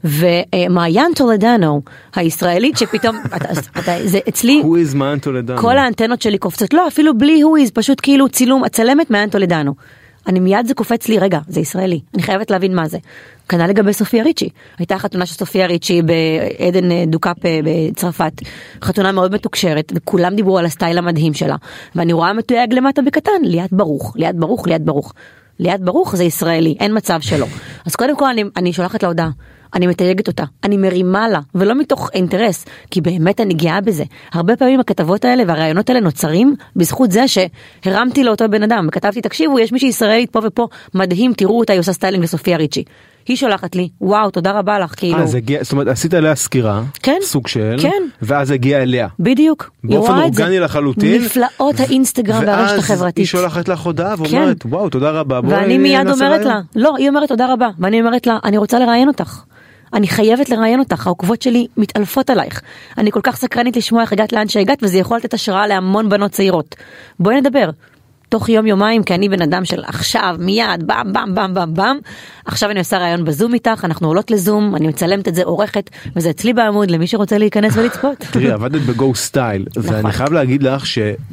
[SPEAKER 3] ומעיין טולדנו, הישראלית שפתאום, אתה, אתה, זה אצלי...
[SPEAKER 2] Who is מעיין טולדנו?
[SPEAKER 3] כל האנטנות שלי קופצות, לא, אפילו בלי who is, פשוט כאילו צילום, הצלמת מעיין טולדנו. אני מיד זה קופץ לי, רגע, זה ישראלי, אני חייבת להבין מה זה. כנ"ל לגבי סופיה ריצ'י. הייתה חתונה של סופיה ריצ'י בעדן דוקאפ בצרפת. חתונה מאוד מתוקשרת, וכולם דיברו על הסטייל המדהים שלה. ואני רואה מתויג למטה בקטן, ליאת ברוך, ליאת ברוך, ליאת ברוך. ליאת ברוך זה ישראלי, אין מצב שלו. אז קודם כל אני, אני שולחת לה הודעה. אני מתייגת אותה, אני מרימה לה, ולא מתוך אינטרס, כי באמת אני גאה בזה. הרבה פעמים הכתבות האלה והרעיונות האלה נוצרים בזכות זה שהרמתי לאותו בן אדם, וכתבתי, תקשיבו, יש מישהי ישראלית פה ופה, מדהים, תראו אותה, היא עושה סטיילינג לסופיה ריצ'י. היא שולחת לי, וואו, תודה רבה לך, כאילו.
[SPEAKER 2] אז הגיע, זאת אומרת, עשית עליה סקירה,
[SPEAKER 3] כן,
[SPEAKER 2] סוג של,
[SPEAKER 3] כן.
[SPEAKER 2] ואז הגיע אליה.
[SPEAKER 3] בדיוק.
[SPEAKER 2] באופן אורגני לחלוטין.
[SPEAKER 3] נפלאות האינסטגרם והרשת החברתית.
[SPEAKER 2] ואז היא שולחת לך הודעה ואומרת, כן. וואו, תודה רבה.
[SPEAKER 3] ואני מיד אומרת לה, לא, היא אומרת תודה רבה, ואני אומרת לה, אני רוצה לראיין אותך. אני חייבת לראיין אותך, העוקבות שלי מתעלפות עלייך. אני כל כך סקרנית לשמוע איך הגעת לאן שהגעת, וזה יכול לתת השראה להמון בנות צעירות. בואי נדבר. תוך יום יומיים, כי אני בן אדם של עכשיו, מיד, בם, בם, בם, בם, בם. עכשיו אני עושה ראיון בזום איתך, אנחנו עולות לזום, אני מצלמת את זה, עורכת, וזה אצלי בעמוד, למי שרוצה להיכנס ולצפות.
[SPEAKER 2] תראי, עבדת בגו סטייל, ואני חייב להגיד לך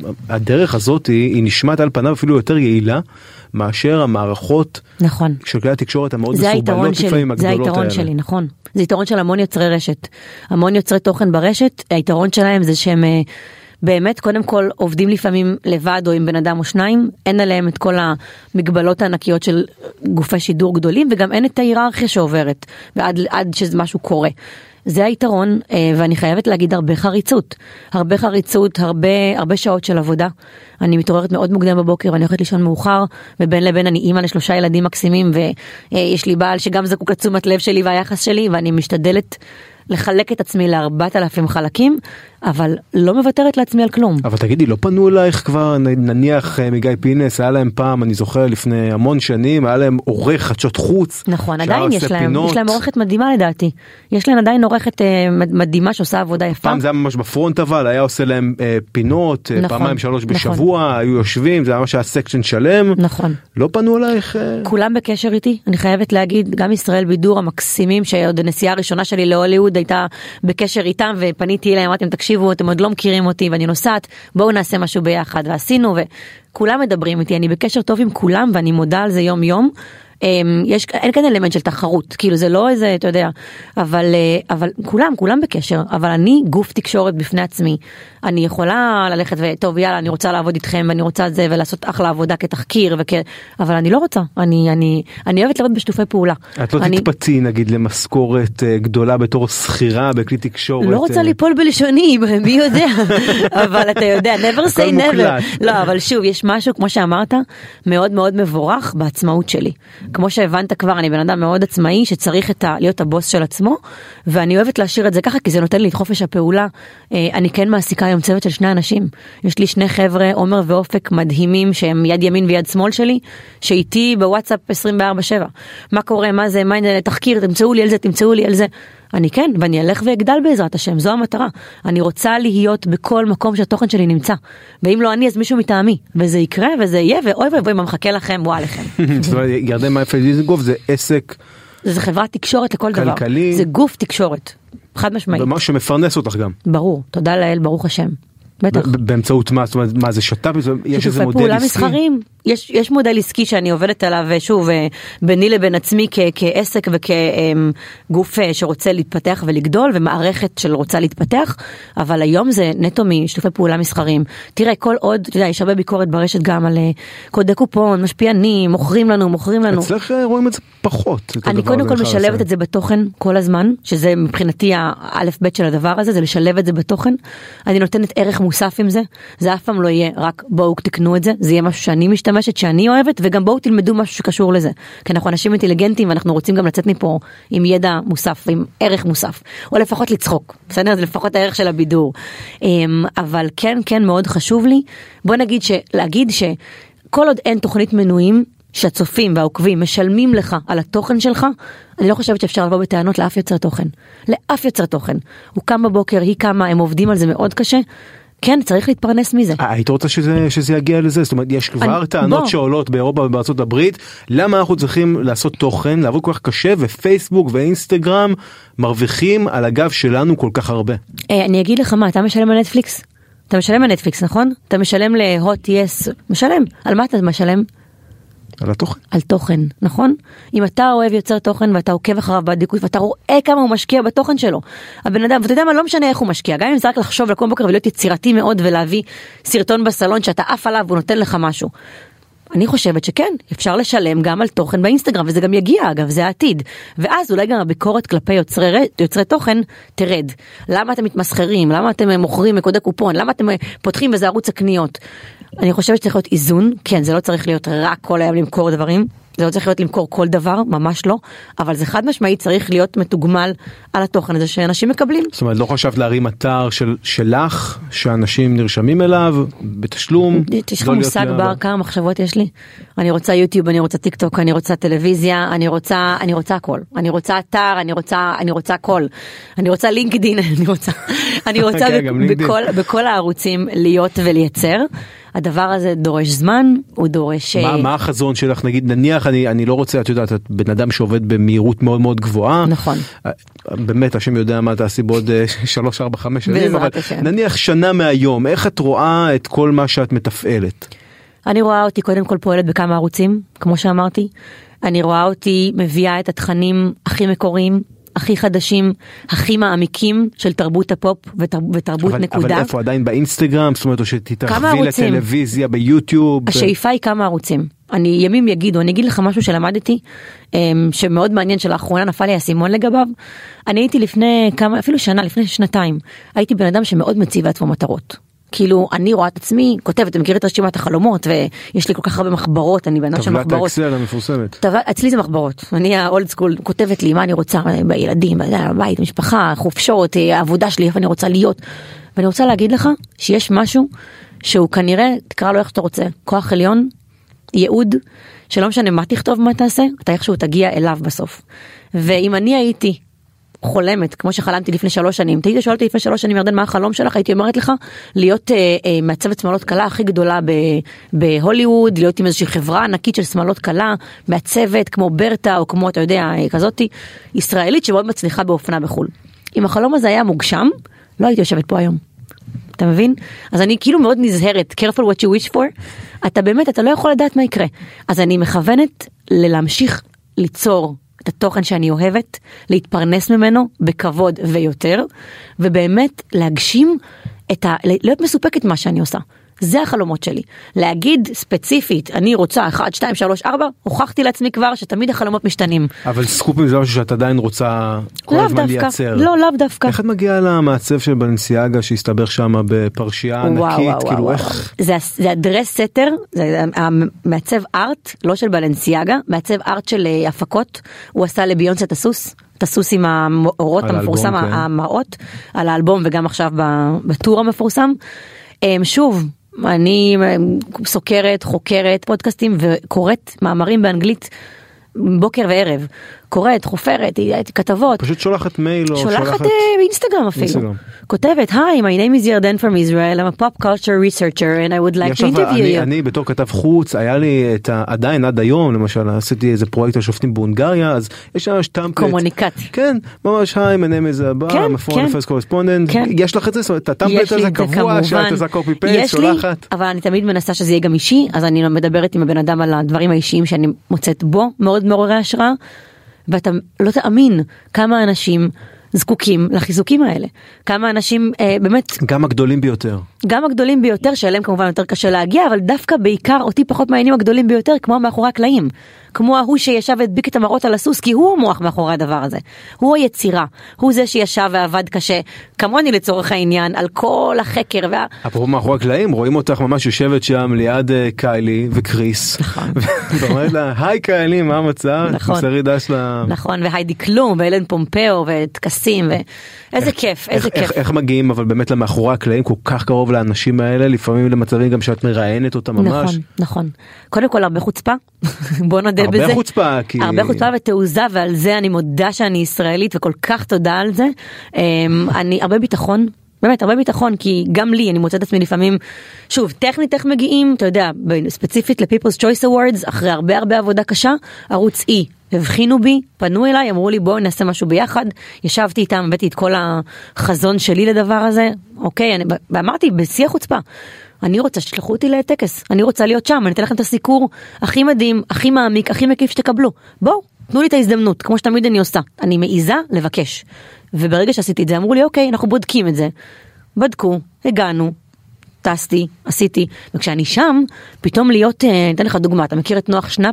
[SPEAKER 2] שהדרך הזאת היא נשמעת על פניו אפילו יותר יעילה, מאשר המערכות
[SPEAKER 3] נכון.
[SPEAKER 2] של כלי התקשורת המאוד מסורבלות לפעמים הגדולות האלה.
[SPEAKER 3] זה היתרון שלי, נכון. זה יתרון של המון יוצרי רשת. המון יוצרי תוכן ברשת, היתרון שלהם זה שהם באמת קודם כל עובדים לפעמים לבד או עם בן אדם או שניים, אין עליהם את כל המגבלות הענקיות של גופי שידור גדולים, וגם אין את ההיררכיה שעוברת, ועד עד שזה משהו קורה. זה היתרון, ואני חייבת להגיד הרבה חריצות, הרבה חריצות, הרבה, הרבה שעות של עבודה. אני מתעוררת מאוד מוקדם בבוקר, ואני הולכת לישון מאוחר, ובין לבין אני אימא לשלושה ילדים מקסימים, ויש לי בעל שגם זקוק לתשומת לב שלי והיחס שלי, ואני משתדלת לחלק את עצמי לארבעת אלפים חלקים, אבל לא מוותרת לעצמי על כלום.
[SPEAKER 2] אבל תגידי, לא פנו אלייך כבר, נניח מגיא פינס, היה להם פעם, אני זוכר לפני המון שנים, היה להם עורך חדשות חוץ.
[SPEAKER 3] נכון, עדיין יש להם, יש להם עורכת מדהימה לדעתי. יש להם עדיין עורכת מדהימה שעושה עבודה יפה.
[SPEAKER 2] פעם זה היה ממש בפרונט אבל, היה עושה להם פינות, פעמיים שלוש בשבוע, היו יושבים, זה היה ממש היה סקשן שלם.
[SPEAKER 3] נכון.
[SPEAKER 2] לא פנו אלייך?
[SPEAKER 3] כולם בקשר איתי, אני חייבת להגיד, גם ישראל בידור המקסימים, שעוד הנסיעה הראשונה שלי להוליווד הייתה בקשר איתם, ופניתי אליהם, אמרתם, תקשיבו, אתם עוד לא מכירים אותי, ואני נוסעת, בואו נעשה משהו ביחד, ועשינו, וכולם מדברים איתי, אני בקשר טוב עם כולם, ואני מודה על זה יום יום. יש, אין כאן אלמנט של תחרות, כאילו זה לא איזה, אתה יודע, אבל, אבל כולם, כולם בקשר, אבל אני גוף תקשורת בפני עצמי, אני יכולה ללכת וטוב, יאללה, אני רוצה לעבוד איתכם, ואני רוצה את זה, ולעשות אחלה עבודה כתחקיר, וכ... אבל אני לא רוצה, אני, אני, אני אוהבת לעבוד בשטופי פעולה.
[SPEAKER 2] את לא
[SPEAKER 3] אני...
[SPEAKER 2] תתפתי, נגיד, למשכורת גדולה בתור שכירה, בכלי תקשורת.
[SPEAKER 3] לא רוצה ליפול בלשוני, מי יודע, אבל אתה יודע, never say never. לא, אבל שוב, יש משהו, כמו שאמרת, מאוד מאוד מבורך בעצמאות שלי. כמו שהבנת כבר, אני בן אדם מאוד עצמאי, שצריך את ה... להיות הבוס של עצמו, ואני אוהבת להשאיר את זה ככה, כי זה נותן לי את חופש הפעולה. אני כן מעסיקה היום צוות של שני אנשים. יש לי שני חבר'ה, עומר ואופק, מדהימים, שהם יד ימין ויד שמאל שלי, שאיתי בוואטסאפ עשרים וארבע שבע. מה קורה, מה זה, מה זה, תחקיר, תמצאו לי על זה, תמצאו לי על זה. אני כן, ואני אלך ואגדל בעזרת השם, זו המטרה. אני רוצה להיות בכל מקום שהתוכן שלי נמצא. ואם לא אני, אז מישהו מטעמי. וזה יקרה, וזה יהיה, ואוי ואוי, מה מחכה לכם, וואה לכם.
[SPEAKER 2] זאת אומרת, ירדן מאיפה דיזנגוף זה עסק...
[SPEAKER 3] זה חברת תקשורת לכל דבר.
[SPEAKER 2] כלכלי.
[SPEAKER 3] זה גוף תקשורת. חד משמעית.
[SPEAKER 2] ומה שמפרנס אותך גם.
[SPEAKER 3] ברור, תודה לאל, ברוך השם. בטח.
[SPEAKER 2] באמצעות מה, זאת אומרת, מה זה שת"פ? יש איזה מודל עסקי?
[SPEAKER 3] פעולה מסחרים, יש, יש מודל עסקי שאני עובדת עליו, שוב, ביני לבין עצמי כ, כעסק וכגוף שרוצה להתפתח ולגדול, ומערכת של רוצה להתפתח, אבל היום זה נטו משתופי פעולה מסחרים. תראה, כל עוד, אתה יודע, יש הרבה ביקורת ברשת גם על קודי קופון, משפיענים, מוכרים לנו, מוכרים לנו.
[SPEAKER 2] אצלך רואים את זה פחות.
[SPEAKER 3] אני קודם כל משלבת את זה בתוכן כל הזמן, שזה מבחינתי האלף בית של הדבר הזה, זה לשלב את זה בתוכן. אני נותנת ערך מוסף עם זה, זה אף פעם לא יהיה רק בואו תקנו את זה, זה יהיה משהו שאני משתמשת, שאני אוהבת, וגם בואו תלמדו משהו שקשור לזה. כי אנחנו אנשים אינטליגנטים, ואנחנו רוצים גם לצאת מפה עם ידע מוסף, עם ערך מוסף, או לפחות לצחוק. בסדר? זה לפחות הערך של הבידור. אבל כן, כן, מאוד חשוב לי. בוא נגיד ש, להגיד שכל עוד אין תוכנית מנויים, שהצופים והעוקבים משלמים לך על התוכן שלך, אני לא חושבת שאפשר לבוא בטענות לאף יוצר תוכן. לאף יוצר תוכן. הוא קם בבוקר, היא קמה, הם עובדים על זה מאוד קשה. כן, צריך להתפרנס מזה.
[SPEAKER 2] היית רוצה שזה, שזה יגיע לזה? זאת אומרת, יש כבר אני, טענות בוא. שעולות באירופה ובארצות הברית, למה אנחנו צריכים לעשות תוכן, לעבוד כל כך קשה, ופייסבוק ואינסטגרם מרוויחים על הגב שלנו כל כך הרבה?
[SPEAKER 3] אני אגיד לך מה, אתה משלם על נטפליקס? אתה משלם על נטפליקס, נכון? אתה משלם להוט יס, משלם. על מה אתה משלם?
[SPEAKER 2] על התוכן.
[SPEAKER 3] על תוכן, נכון? אם אתה אוהב יוצר תוכן ואתה עוקב אחריו בדיקוי ואתה רואה כמה הוא משקיע בתוכן שלו, הבן אדם, ואתה יודע מה, לא משנה איך הוא משקיע, גם אם זה רק לחשוב לקום בוקר ולהיות יצירתי מאוד ולהביא סרטון בסלון שאתה עף עליו והוא נותן לך משהו. אני חושבת שכן, אפשר לשלם גם על תוכן באינסטגרם, וזה גם יגיע, אגב, זה העתיד. ואז אולי גם הביקורת כלפי יוצרי, יוצרי תוכן תרד. למה אתם מתמסחרים? למה אתם מוכרים מקודי קופון? למה אתם פותחים וזה ערוץ הקניות? אני חושבת שצריך להיות איזון, כן, זה לא צריך להיות רק כל היום למכור דברים, זה לא צריך להיות למכור כל דבר, ממש לא, אבל זה חד משמעית צריך להיות מתוגמל על התוכן הזה שאנשים מקבלים.
[SPEAKER 2] זאת אומרת, לא חשבת להרים אתר של, שלך, שאנשים נרשמים אליו, בתשלום?
[SPEAKER 3] יש לך מושג בר, כמה מחשבות יש לי? אני רוצה יוטיוב, אני רוצה טיק טוק, אני רוצה טלוויזיה, אני רוצה, אני רוצה הכל. אני רוצה אתר, אני רוצה, אני רוצה הכל. אני רוצה לינקדין, אני רוצה, אני רוצה בכל, בכל הערוצים להיות ולייצר. הדבר הזה דורש זמן, הוא דורש...
[SPEAKER 2] מה, מה החזון שלך? נגיד, נניח, אני, אני לא רוצה, את יודעת, את בן אדם שעובד במהירות מאוד מאוד גבוהה.
[SPEAKER 3] נכון.
[SPEAKER 2] באמת, השם יודע מה תעשי בעוד שלוש, ארבע, חמש שנים, אבל נניח שנה מהיום, איך את רואה את כל מה שאת מתפעלת?
[SPEAKER 3] אני רואה אותי קודם כל פועלת בכמה ערוצים, כמו שאמרתי. אני רואה אותי מביאה את התכנים הכי מקוריים, הכי חדשים, הכי מעמיקים של תרבות הפופ ותרבות, ותרבות
[SPEAKER 2] אבל,
[SPEAKER 3] נקודה.
[SPEAKER 2] אבל איפה? עדיין באינסטגרם? זאת אומרת, או שתתרחבי לטלוויזיה, ביוטיוב?
[SPEAKER 3] השאיפה היא כמה ערוצים. אני ימים יגידו, אני אגיד לך משהו שלמדתי, שמאוד מעניין שלאחרונה נפל לי הסימון לגביו. אני הייתי לפני כמה, אפילו שנה, לפני שנתיים, הייתי בן אדם שמאוד מציב לעצמו מטרות. כאילו, אני רואה את עצמי, כותבת, מכיר את רשימת החלומות, ויש לי כל כך הרבה מחברות, אני בן אדם של מחברות.
[SPEAKER 2] טבלת האקסל המפורסמת.
[SPEAKER 3] אצלי זה מחברות. אני האולד סקול, כותבת לי מה אני רוצה בילדים, בבית, משפחה, חופשות, העבודה שלי, איפה אני רוצה להיות. ואני רוצה להגיד לך שיש משהו שהוא כנראה, תקרא לו איך שאתה רוצה, כוח עליון, ייעוד, שלא משנה מה תכתוב מה תעשה, אתה איכשהו תגיע אליו בסוף. ואם אני הייתי חולמת, כמו שחלמתי לפני שלוש שנים, תהיית שואלת לפני שלוש שנים, ירדן, מה החלום שלך? הייתי אומרת לך, להיות אה, אה, מעצבת שמלות קלה הכי גדולה ב, בהוליווד, להיות עם איזושהי חברה ענקית של שמלות קלה, מעצבת כמו ברטה, או כמו, אתה יודע, כזאתי, ישראלית שמאוד מצליחה באופנה בחול. אם החלום הזה היה מוגשם, לא הייתי יושבת פה היום. אתה מבין? אז אני כאילו מאוד נזהרת, careful what you wish for, אתה באמת, אתה לא יכול לדעת מה יקרה. אז אני מכוונת ללהמשיך ליצור את התוכן שאני אוהבת, להתפרנס ממנו בכבוד ויותר, ובאמת להגשים את ה... להיות מסופקת מה שאני עושה. זה החלומות שלי. להגיד ספציפית, אני רוצה אחת, שתיים, שלוש, ארבע, הוכחתי לעצמי כבר שתמיד החלומות משתנים.
[SPEAKER 2] אבל סקופים זה משהו שאת עדיין רוצה כל הזמן לייצר.
[SPEAKER 3] לא, לאו דווקא.
[SPEAKER 2] איך את מגיעה למעצב של בלנסיאגה שהסתבך שם בפרשייה ענקית? כאילו איך...
[SPEAKER 3] זה הדרס סטר, זה המעצב ארט, לא של בלנסיאגה, מעצב ארט של הפקות, הוא עשה לביונסה את הסוס. את הסוס עם האורות המפורסם, המראות, על האלבום וגם עכשיו בטור המפורסם. שוב, אני סוקרת, חוקרת, פודקאסטים וקוראת מאמרים באנגלית בוקר וערב. קוראת, חופרת, כתבות.
[SPEAKER 2] פשוט שולחת מייל או
[SPEAKER 3] שולחת... שולחת אינסטגרם אפילו. כותבת, היי, my name is Yarden from Israel, I'm a pop culture researcher and I would like to interview you.
[SPEAKER 2] אני בתור כתב חוץ, היה לי את ה... עדיין עד היום, למשל, עשיתי איזה פרויקט על שופטים בהונגריה, אז יש שם טמפלט.
[SPEAKER 3] קומוניקט.
[SPEAKER 2] כן, ממש, היי, my name is הבא, I'm a foreign affairs correspondent. יש לך את זה, את הטמפלט הזה קבוע, שאת עושה קופי פייסט, שולחת.
[SPEAKER 3] אבל אני תמיד מנסה שזה יהיה גם אישי, אז אני מדברת עם הבן אדם על הדברים האישיים שאני מוצאת בו, מאוד מעוררי השראה, ואתה לא תאמין כמה אנשים זקוקים לחיזוקים האלה. כמה אנשים אה, באמת...
[SPEAKER 2] גם הגדולים ביותר.
[SPEAKER 3] גם הגדולים ביותר, שאליהם כמובן יותר קשה להגיע, אבל דווקא בעיקר אותי פחות מעניינים הגדולים ביותר, כמו מאחורי הקלעים. כמו ההוא שישב והדביק את המראות על הסוס, כי הוא המוח מאחורי הדבר הזה. הוא היצירה. הוא זה שישב ועבד קשה, כמוני לצורך העניין, על כל החקר. וה...
[SPEAKER 2] אפרופו מאחורי הקלעים, רואים אותך ממש יושבת שם ליד uh, קיילי וקריס.
[SPEAKER 3] נכון.
[SPEAKER 2] ואומרת לה, היי קיילי, מה המצב?
[SPEAKER 3] נכון.
[SPEAKER 2] מסרידה שלה...
[SPEAKER 3] נכון, והיידי קלום, ואלן פומפאו, וטקסים, ואיזה כיף, איזה כיף.
[SPEAKER 2] איך מגיעים אבל באמת למאחורי הקלעים כל כך קרוב לאנשים האלה, לפעמים למצבים גם שאת מראיינת אותם ממש.
[SPEAKER 3] נכון, נכון. קודם כל הרבה חוצפה, בוא נודה בזה.
[SPEAKER 2] הרבה חוצפה, כי...
[SPEAKER 3] הרבה חוצפה ותעוזה, ועל זה אני מודה שאני ישראלית, וכל כך תודה על זה. אני, הרבה ביטחון, באמת, הרבה ביטחון, כי גם לי, אני מוצאת עצמי לפעמים, שוב, טכנית איך מגיעים, אתה יודע, ספציפית ל-People's Choice Awards, אחרי הרבה הרבה עבודה קשה, ערוץ E, הבחינו בי, פנו אליי, אמרו לי בואו נעשה משהו ביחד, ישבתי איתם, הבאתי את כל החזון שלי לדבר הזה, אוקיי, אני, ואמרתי, בשיא החוצפה, אני רוצה שתשלחו אותי לטקס, אני רוצה להיות שם, אני אתן לכם את הסיקור הכי מדהים, הכי מעמיק, הכי מקיף שתקבלו, בואו, תנו לי את ההזדמנות, כמו שתמיד אני עושה, אני מעיזה לבקש, וברגע שעשיתי את זה, אמרו לי אוקיי, אנחנו בודקים את זה, בדקו, הגענו, טסתי, עשיתי, וכשאני שם, פתאום להיות, ניתן לך דוגמה, אתה מכיר את נוח שנאפ?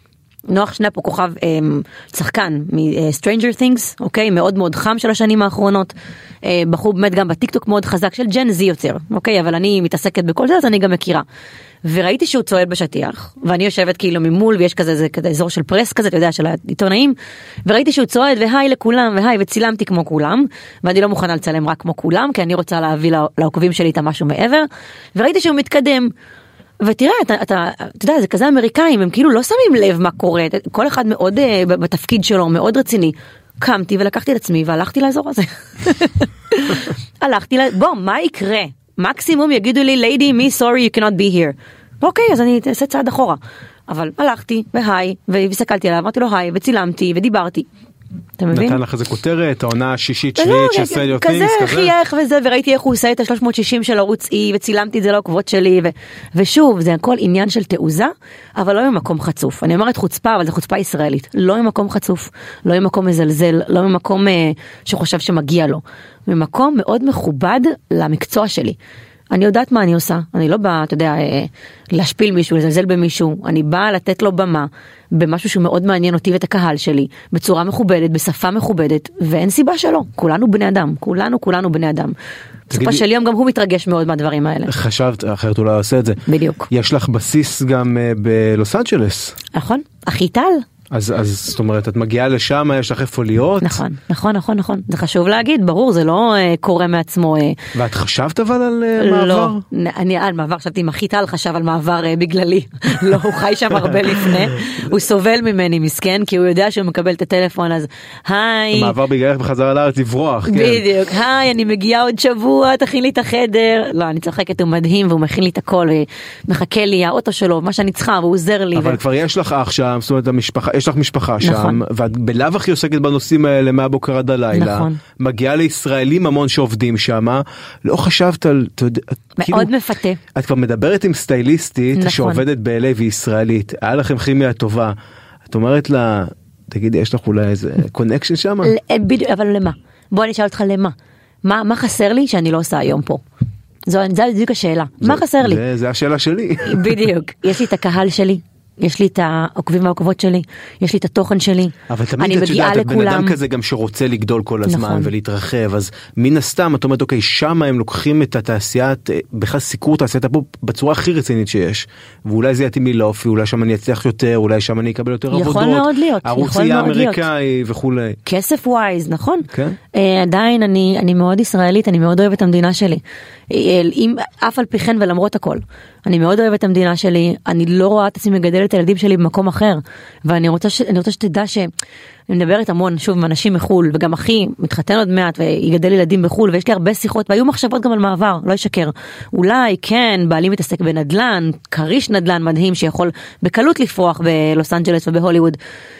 [SPEAKER 3] נוח שנאפ הוא כוכב אה, שחקן מ-Stranger Things, אוקיי? מאוד מאוד חם של השנים האחרונות. אה, בחור באמת גם בטיקטוק מאוד חזק של ג'ן זי יותר, אוקיי? אבל אני מתעסקת בכל זה, אז אני גם מכירה. וראיתי שהוא צועד בשטיח, ואני יושבת כאילו ממול, ויש כזה, זה כזה אזור של פרס כזה, אתה יודע, של העיתונאים, וראיתי שהוא צועד, והי לכולם, והי, וצילמתי כמו כולם, ואני לא מוכנה לצלם רק כמו כולם, כי אני רוצה להביא לעוקבים שלי את המשהו מעבר, וראיתי שהוא מתקדם. ותראה, אתה, אתה, אתה יודע, זה כזה אמריקאים, הם כאילו לא שמים לב מה קורה, כל אחד מאוד uh, בתפקיד שלו, מאוד רציני. קמתי ולקחתי את עצמי והלכתי לאזור הזה. הלכתי, בוא, מה יקרה? מקסימום יגידו לי, lady, me sorry, you cannot be here. אוקיי, אז אני אעשה צעד אחורה. אבל הלכתי, והי, והסתכלתי עליו, אמרתי לו היי, וצילמתי, ודיברתי. אתה מבין?
[SPEAKER 2] נתן לך איזה כותרת, העונה השישית שביעית של סייליו טינגס,
[SPEAKER 3] כזה. כזה חייך וזה, וראיתי איך הוא עושה את ה-שלוש מאות ושישים של ערוץ E, וצילמתי את זה לעוקבות שלי, ו- ושוב, זה הכל עניין של תעוזה, אבל לא ממקום חצוף. אני אומרת חוצפה, אבל זה חוצפה ישראלית. לא ממקום חצוף, לא ממקום מזלזל, לא ממקום אה, שחושב שמגיע לו. ממקום מאוד מכובד למקצוע שלי. אני יודעת מה אני עושה, אני לא באה, אתה יודע, להשפיל מישהו, לזלזל במישהו, אני באה לתת לו במה, במשהו שהוא מאוד מעניין אותי ואת הקהל שלי, בצורה מכובדת, בשפה מכובדת, ואין סיבה שלא, כולנו בני אדם, כולנו, כולנו בני אדם. בסופה של יום גם הוא מתרגש מאוד מהדברים האלה.
[SPEAKER 2] חשבת, אחרת אולי עושה את זה.
[SPEAKER 3] בדיוק.
[SPEAKER 2] יש לך בסיס גם בלוס אנג'לס.
[SPEAKER 3] נכון, אחי טל.
[SPEAKER 2] אז, אז זאת אומרת, את מגיעה לשם, יש לך איפה להיות?
[SPEAKER 3] נכון, נכון, נכון, נכון. זה חשוב להגיד, ברור, זה לא uh, קורה מעצמו. Uh...
[SPEAKER 2] ואת חשבת אבל על uh, מעבר?
[SPEAKER 3] לא, אני על מעבר, חשבתי, אם אחי טל חשב על מעבר uh, בגללי. לא, הוא חי שם הרבה לפני. הוא סובל ממני, מסכן, כי הוא יודע שהוא מקבל את הטלפון, אז היי.
[SPEAKER 2] מעבר בגללך בחזרה לארץ לברוח, כן.
[SPEAKER 3] בדיוק, היי, אני מגיעה עוד שבוע, תכין לי את החדר. לא, אני צוחקת, הוא מדהים, והוא מכין לי את הכל, ומחכה לי, האוטו שלו, מה שאני צריכה, והוא עוזר לי.
[SPEAKER 2] אבל ו... כבר יש לך אח שם, זאת אומרת, המשפחה, יש לך משפחה שם, נכון. ואת בלאו הכי עוסקת בנושאים האלה מהבוקר עד הלילה, נכון. מגיעה לישראלים המון שעובדים שם, לא חשבת על, מאוד
[SPEAKER 3] כאילו, מפתה.
[SPEAKER 2] את כבר מדברת עם סטייליסטית, נכון. שעובדת ב-אל איי וישראלית, היה לכם כימיה טובה, את אומרת לה, תגידי, יש לך אולי איזה קונקשן שם?
[SPEAKER 3] אבל למה? בוא אני אשאל אותך למה. מה, מה חסר לי שאני לא עושה היום פה? זו, זו בדיוק השאלה.
[SPEAKER 2] זה,
[SPEAKER 3] מה חסר לי?
[SPEAKER 2] זה, זה השאלה שלי.
[SPEAKER 3] בדיוק. יש לי את הקהל שלי. יש לי את העוקבים והעוקבות שלי, יש לי את התוכן שלי,
[SPEAKER 2] אבל תמיד את יודעת, את בן אדם כזה גם שרוצה לגדול כל הזמן נכון. ולהתרחב, אז מן הסתם, את אומרת, אוקיי, שם הם לוקחים את התעשיית, בכלל סיקור תעשיית פה בצורה הכי רצינית שיש, ואולי זה יתאים לי לאופי, אולי שם אני אצליח יותר, אולי שם אני אקבל יותר עבודות,
[SPEAKER 3] יכול מאוד להיות,
[SPEAKER 2] ערוצי האמריקאי וכולי.
[SPEAKER 3] כסף ווייז, נכון?
[SPEAKER 2] כן.
[SPEAKER 3] אה, עדיין אני, אני מאוד ישראלית, אני מאוד אוהבת את המדינה שלי, אם, אף על פי כן ולמרות הכל, אני מאוד אוהבת את המדינה שלי, אני לא רואה את עצמי מגדלת את הילדים שלי במקום אחר, ואני רוצה, ש... רוצה שתדע ש... אני מדברת המון, שוב, עם אנשים מחול, וגם אחי מתחתן עוד מעט, ויגדל ילדים בחול, ויש לי הרבה שיחות, והיו מחשבות גם על מעבר, לא ישקר. אולי, כן, בעלי מתעסק בנדלן, קריש נדלן מדהים, שיכול בקלות לפרוח בלוס אנג'לס ובהוליווד,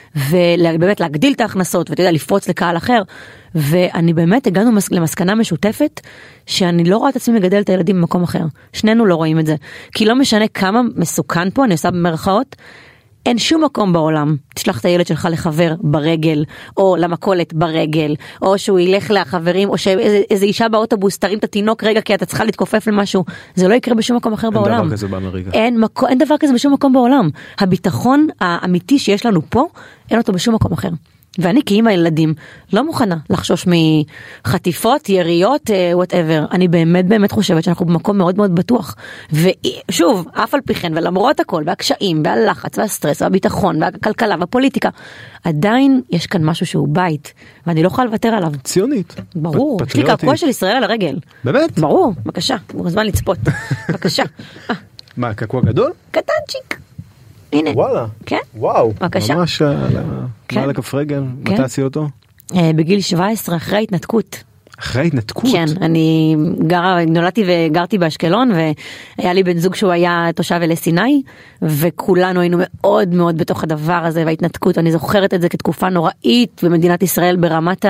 [SPEAKER 3] ובאמת להגדיל את ההכנסות, ואתה יודע, לפרוץ לקהל אחר, ואני באמת הגענו למסקנה משותפת, שאני לא רואה את עצמי לגדל את הילדים במקום אחר. שנינו לא רואים את זה. כי לא משנה כמה מסוכן פה, אני עושה במרכאות, אין שום מקום בעולם, תשלח את הילד שלך לחבר ברגל, או למכולת ברגל, או שהוא ילך לחברים, או שאיזו אישה באוטובוס תרים את התינוק רגע, כי אתה צריכה להתכופף למשהו, זה לא יקרה בשום מקום אחר בעולם.
[SPEAKER 2] אין דבר כזה באמריקה.
[SPEAKER 3] אין, מקו, אין דבר כזה בשום מקום בעולם. הביטחון האמיתי שיש לנו פה, אין אותו בשום מקום אחר. ואני כאימא ילדים לא מוכנה לחשוש מחטיפות, יריות, whatever. אני באמת באמת חושבת שאנחנו במקום מאוד מאוד בטוח. ושוב, אף על פי כן, ולמרות הכל, והקשיים, והלחץ, והסטרס, והביטחון, והכלכלה, והפוליטיקה, עדיין יש כאן משהו שהוא בית, ואני לא יכולה לוותר עליו.
[SPEAKER 2] ציונית.
[SPEAKER 3] ברור. יש לי קעקוע של ישראל על הרגל.
[SPEAKER 2] באמת?
[SPEAKER 3] ברור, בבקשה. זמן לצפות. בבקשה.
[SPEAKER 2] מה, קעקוע גדול?
[SPEAKER 3] קטנצ'יק. הנה.
[SPEAKER 2] וואלה.
[SPEAKER 3] כן.
[SPEAKER 2] וואו.
[SPEAKER 3] בבקשה.
[SPEAKER 2] ממש על הכף רגל. מתי עשי אותו?
[SPEAKER 3] בגיל שבע עשרה, אחרי התנתקות.
[SPEAKER 2] אחרי התנתקות?
[SPEAKER 3] כן, אני גרה, נולדתי וגרתי באשקלון, והיה לי בן זוג שהוא היה תושב אלי סיני, וכולנו היינו מאוד מאוד בתוך הדבר הזה, וההתנתקות, אני זוכרת את זה כתקופה נוראית במדינת ישראל, ברמת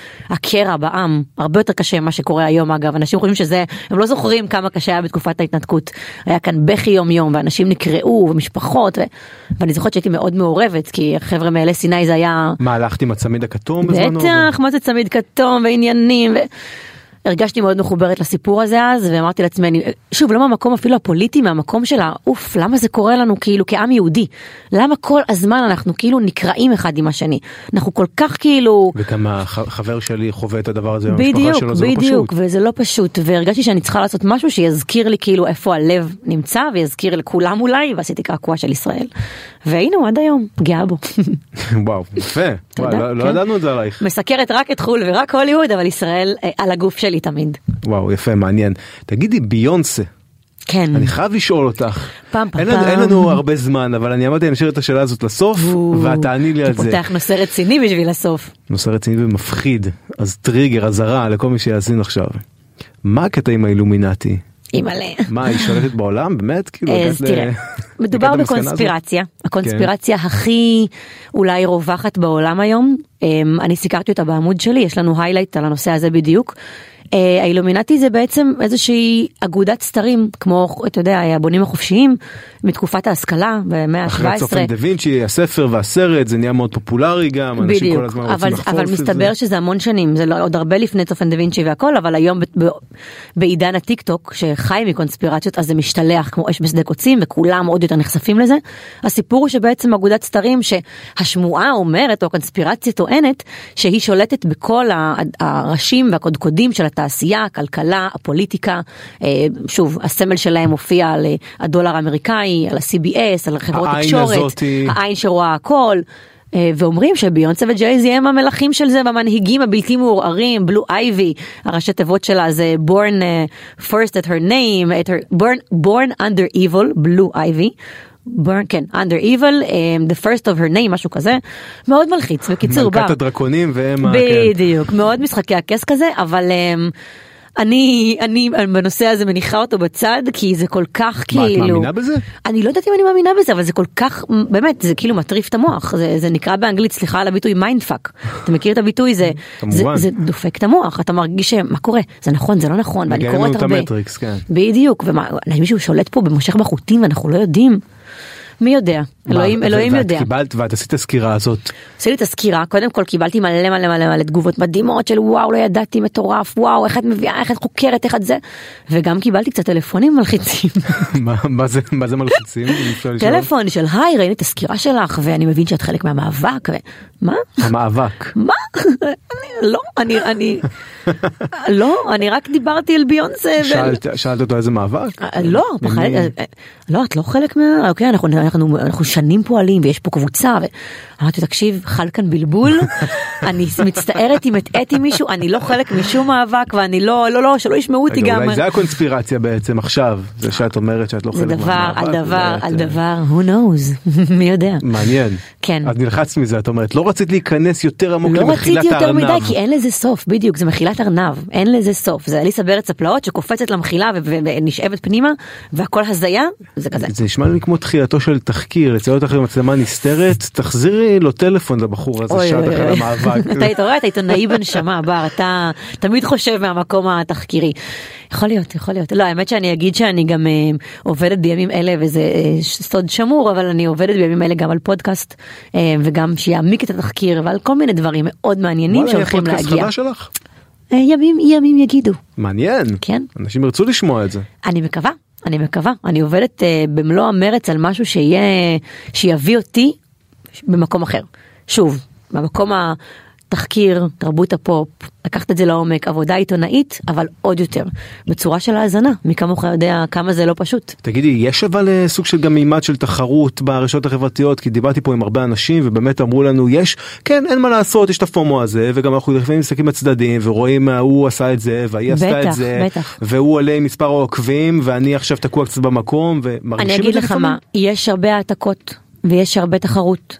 [SPEAKER 3] הקרע בעם, הרבה יותר קשה ממה שקורה היום אגב, אנשים חושבים שזה, הם לא זוכרים כמה קשה היה בתקופת ההתנתקות, היה כאן בכי יום יום, ואנשים נקראו, ומשפחות, ו... ואני זוכרת שהייתי מאוד מעורבת, כי חבר'ה מאלי סיני זה היה...
[SPEAKER 2] מה, הלכתי עם הצמיד הכתום בזמנו?
[SPEAKER 3] בטח, מה זה צמיד כתום ועניינים, ו... הרגשתי מאוד מחוברת לסיפור הזה אז, ואמרתי לעצמי, אני, שוב, לא מהמקום אפילו הפוליטי, מהמקום שלה, אוף, למה זה קורה לנו כאילו כעם יהודי? למה כל הזמן אנחנו כאילו נקראים אחד עם השני? אנחנו כל כך כאילו...
[SPEAKER 2] וגם החבר שלי חווה את הדבר הזה,
[SPEAKER 3] בדיוק,
[SPEAKER 2] שלו, זה
[SPEAKER 3] בדיוק,
[SPEAKER 2] לא פשוט.
[SPEAKER 3] וזה לא פשוט, והרגשתי שאני צריכה לעשות משהו שיזכיר לי כאילו איפה הלב נמצא, ויזכיר לכולם אולי, ועשיתי קעקוע של ישראל. והנה הוא עד היום, גאה בו.
[SPEAKER 2] וואו, יפה, וואו, לא, לא ידענו את זה עלייך.
[SPEAKER 3] מסקרת רק את חול ורק הוליווד, אבל ישראל אה, על הגוף שלי תמיד.
[SPEAKER 2] וואו, יפה, מעניין. תגידי, ביונסה.
[SPEAKER 3] כן.
[SPEAKER 2] אני חייב לשאול אותך.
[SPEAKER 3] פעם פעם.
[SPEAKER 2] אין, פעם. אין לנו הרבה זמן, אבל אני אמרתי, אני אשאיר את השאלה הזאת לסוף, ואת תעני לי על זה.
[SPEAKER 3] אתה פותח נושא רציני בשביל הסוף.
[SPEAKER 2] נושא רציני ומפחיד. אז טריגר, הזרה, לכל מי שיאזין עכשיו. מה הקטע עם האילומינטי?
[SPEAKER 3] אימא'לה.
[SPEAKER 2] מה, היא שולטת בעולם? באמת?
[SPEAKER 3] אז תראה, מדובר בקונספירציה. הקונספירציה הכי אולי רווחת בעולם היום. אני סיקרתי אותה בעמוד שלי, יש לנו היילייט על הנושא הזה בדיוק. האילומינטי זה בעצם איזושהי אגודת סתרים, כמו, אתה יודע, הבונים החופשיים, מתקופת ההשכלה, במאה ה-שבע עשרה.
[SPEAKER 2] אחרי צופן דה וינצ'י, הספר והסרט, זה נהיה מאוד פופולרי גם, אנשים כל הזמן רוצים לחפוש את זה.
[SPEAKER 3] אבל מסתבר שזה המון שנים, זה עוד הרבה לפני צופן דה וינצ'י והכל, אבל היום בעידן הטיק טוק, שחי מקונספירציות, אז זה משתלח כמו אש בשדה קוצים, וכולם עוד יותר נחשפים לזה. הסיפור הוא שבעצם אגודת סתרים, שהשמועה אומרת, או הקונספירציה טוענת, שהיא שולטת בכל הראשים והקודקודים של התעשייה, הכלכלה, הפוליטיקה. שוב, הסמל שלהם מופיע על הדולר האמריקאי, על ה-סי בי אס, על חברות תקשורת, העין שרואה הכל, ואומרים שביונסה וג'ייזי הם המלכים של זה, והמנהיגים הבלתי מעורערים, בלו אייבי, הראשי תיבות שלה זה born uh, first at her name, at her, born, born under evil, בלו אייבי, born, כן, under evil, um, the first of her name, משהו כזה, מאוד מלחיץ, בקיצור בר.
[SPEAKER 2] מלכת הדרקונים והם...
[SPEAKER 3] בדיוק, כן. מאוד משחקי הכס כזה, אבל... Um, אני, אני בנושא הזה מניחה אותו בצד, כי זה כל כך
[SPEAKER 2] מה,
[SPEAKER 3] כאילו...
[SPEAKER 2] מה, את מאמינה בזה?
[SPEAKER 3] אני לא יודעת אם אני מאמינה בזה, אבל זה כל כך, באמת, זה כאילו מטריף את המוח. זה, זה נקרא באנגלית, סליחה על הביטוי, מיינדפאק. אתה מכיר את הביטוי? זה, זה, זה דופק את המוח. אתה מרגיש שמה קורה? זה נכון, זה לא נכון, ואני קוראת הרבה.
[SPEAKER 2] המטריקס, כן.
[SPEAKER 3] בדיוק, ומה, מישהו שולט פה במושך בחוטים, ואנחנו לא יודעים. מי יודע? אלוהים, אלוהים יודע.
[SPEAKER 2] ואת קיבלת, ואת עשית הסקירה הזאת.
[SPEAKER 3] עשיתי את הסקירה, קודם כל קיבלתי מלא מלא מלא מלא תגובות מדהימות של וואו, לא ידעתי, מטורף, וואו, איך את מביאה, איך את חוקרת, איך את זה, וגם קיבלתי קצת טלפונים מלחיצים.
[SPEAKER 2] מה זה, מה זה מלחיצים?
[SPEAKER 3] טלפון של היי, ראיתי את הסקירה שלך, ואני מבין שאת חלק מהמאבק, מה?
[SPEAKER 2] המאבק.
[SPEAKER 3] מה? לא, אני, אני, לא, אני רק דיברתי על ביונסה.
[SPEAKER 2] שאלת אותו איזה מאבק?
[SPEAKER 3] לא, לא, את לא חלק מה, אוקיי, אנחנו שנים פועלים, ויש פה קבוצה, ואמרתי, תקשיב, חל כאן בלבול, אני מצטערת אם הטעיתי מישהו, אני לא חלק משום מאבק, ואני לא, לא, לא, שלא ישמעו אותי גם.
[SPEAKER 2] אולי זה הקונספירציה בעצם עכשיו, זה שאת אומרת שאת לא חלק מהמאבק.
[SPEAKER 3] זה דבר, על דבר, על דבר, who knows, מי יודע.
[SPEAKER 2] מעניין.
[SPEAKER 3] כן.
[SPEAKER 2] את נלחצת מזה, את אומרת, לא רצית להיכנס יותר עמוק
[SPEAKER 3] לא
[SPEAKER 2] למחילת
[SPEAKER 3] רציתי יותר
[SPEAKER 2] הארנב.
[SPEAKER 3] מדי, כי אין לזה סוף, בדיוק, זה מחילת ארנב, אין לזה סוף, זה אליסה בארץ הפלאות שקופצת למחילה ונשאבת פנימה, והכל הזיה, זה כזה.
[SPEAKER 2] זה נשמע לי כמו תחילתו של תחקיר, לציות אחרי מצלמה נסתרת, תחזירי לו טלפון לבחור הזה שעת אחרי המאבק.
[SPEAKER 3] אתה רואה, אתה עיתונאי בנשמה, בר, אתה תמיד חושב מהמקום התחקירי. יכול להיות, יכול להיות. לא, האמת שאני אגיד שאני גם עובדת בימים אלה, וזה סוד שמור, אבל אני עובדת בימים אלה גם על פודקאסט, וגם שיעמיק את התחקיר, ועל כל מיני דברים מאוד מעניינים שהולכים להגיע.
[SPEAKER 2] וואלה, יש פודקאסט חדש שלך?
[SPEAKER 3] ימים, ימים יגידו.
[SPEAKER 2] מעניין.
[SPEAKER 3] כן.
[SPEAKER 2] אנשים ירצו לשמוע את זה.
[SPEAKER 3] אני מקווה, אני מקווה. אני עובדת במלוא המרץ על משהו שיהיה, שיביא אותי במקום אחר. שוב, במקום התחקיר, תרבות הפופ, לקחת את זה לעומק, עבודה עיתונאית, אבל עוד יותר, בצורה של האזנה. מי כמוך יודע כמה זה לא פשוט.
[SPEAKER 2] תגידי, יש אבל סוג של גם מימד של תחרות ברשתות החברתיות, כי דיברתי פה עם הרבה אנשים, ובאמת אמרו לנו, יש, כן, אין מה לעשות, יש את הפומו הזה, וגם אנחנו לפעמים מסתכלים בצדדים, ורואים מה הוא עשה את זה, והיא עשתה את זה,
[SPEAKER 3] בטח.
[SPEAKER 2] והוא עולה עם מספר העוקבים, ואני עכשיו תקוע קצת במקום, ומרגישים
[SPEAKER 3] אני אגיד לך מה, יש הרבה העתקות. ויש הרבה תחרות.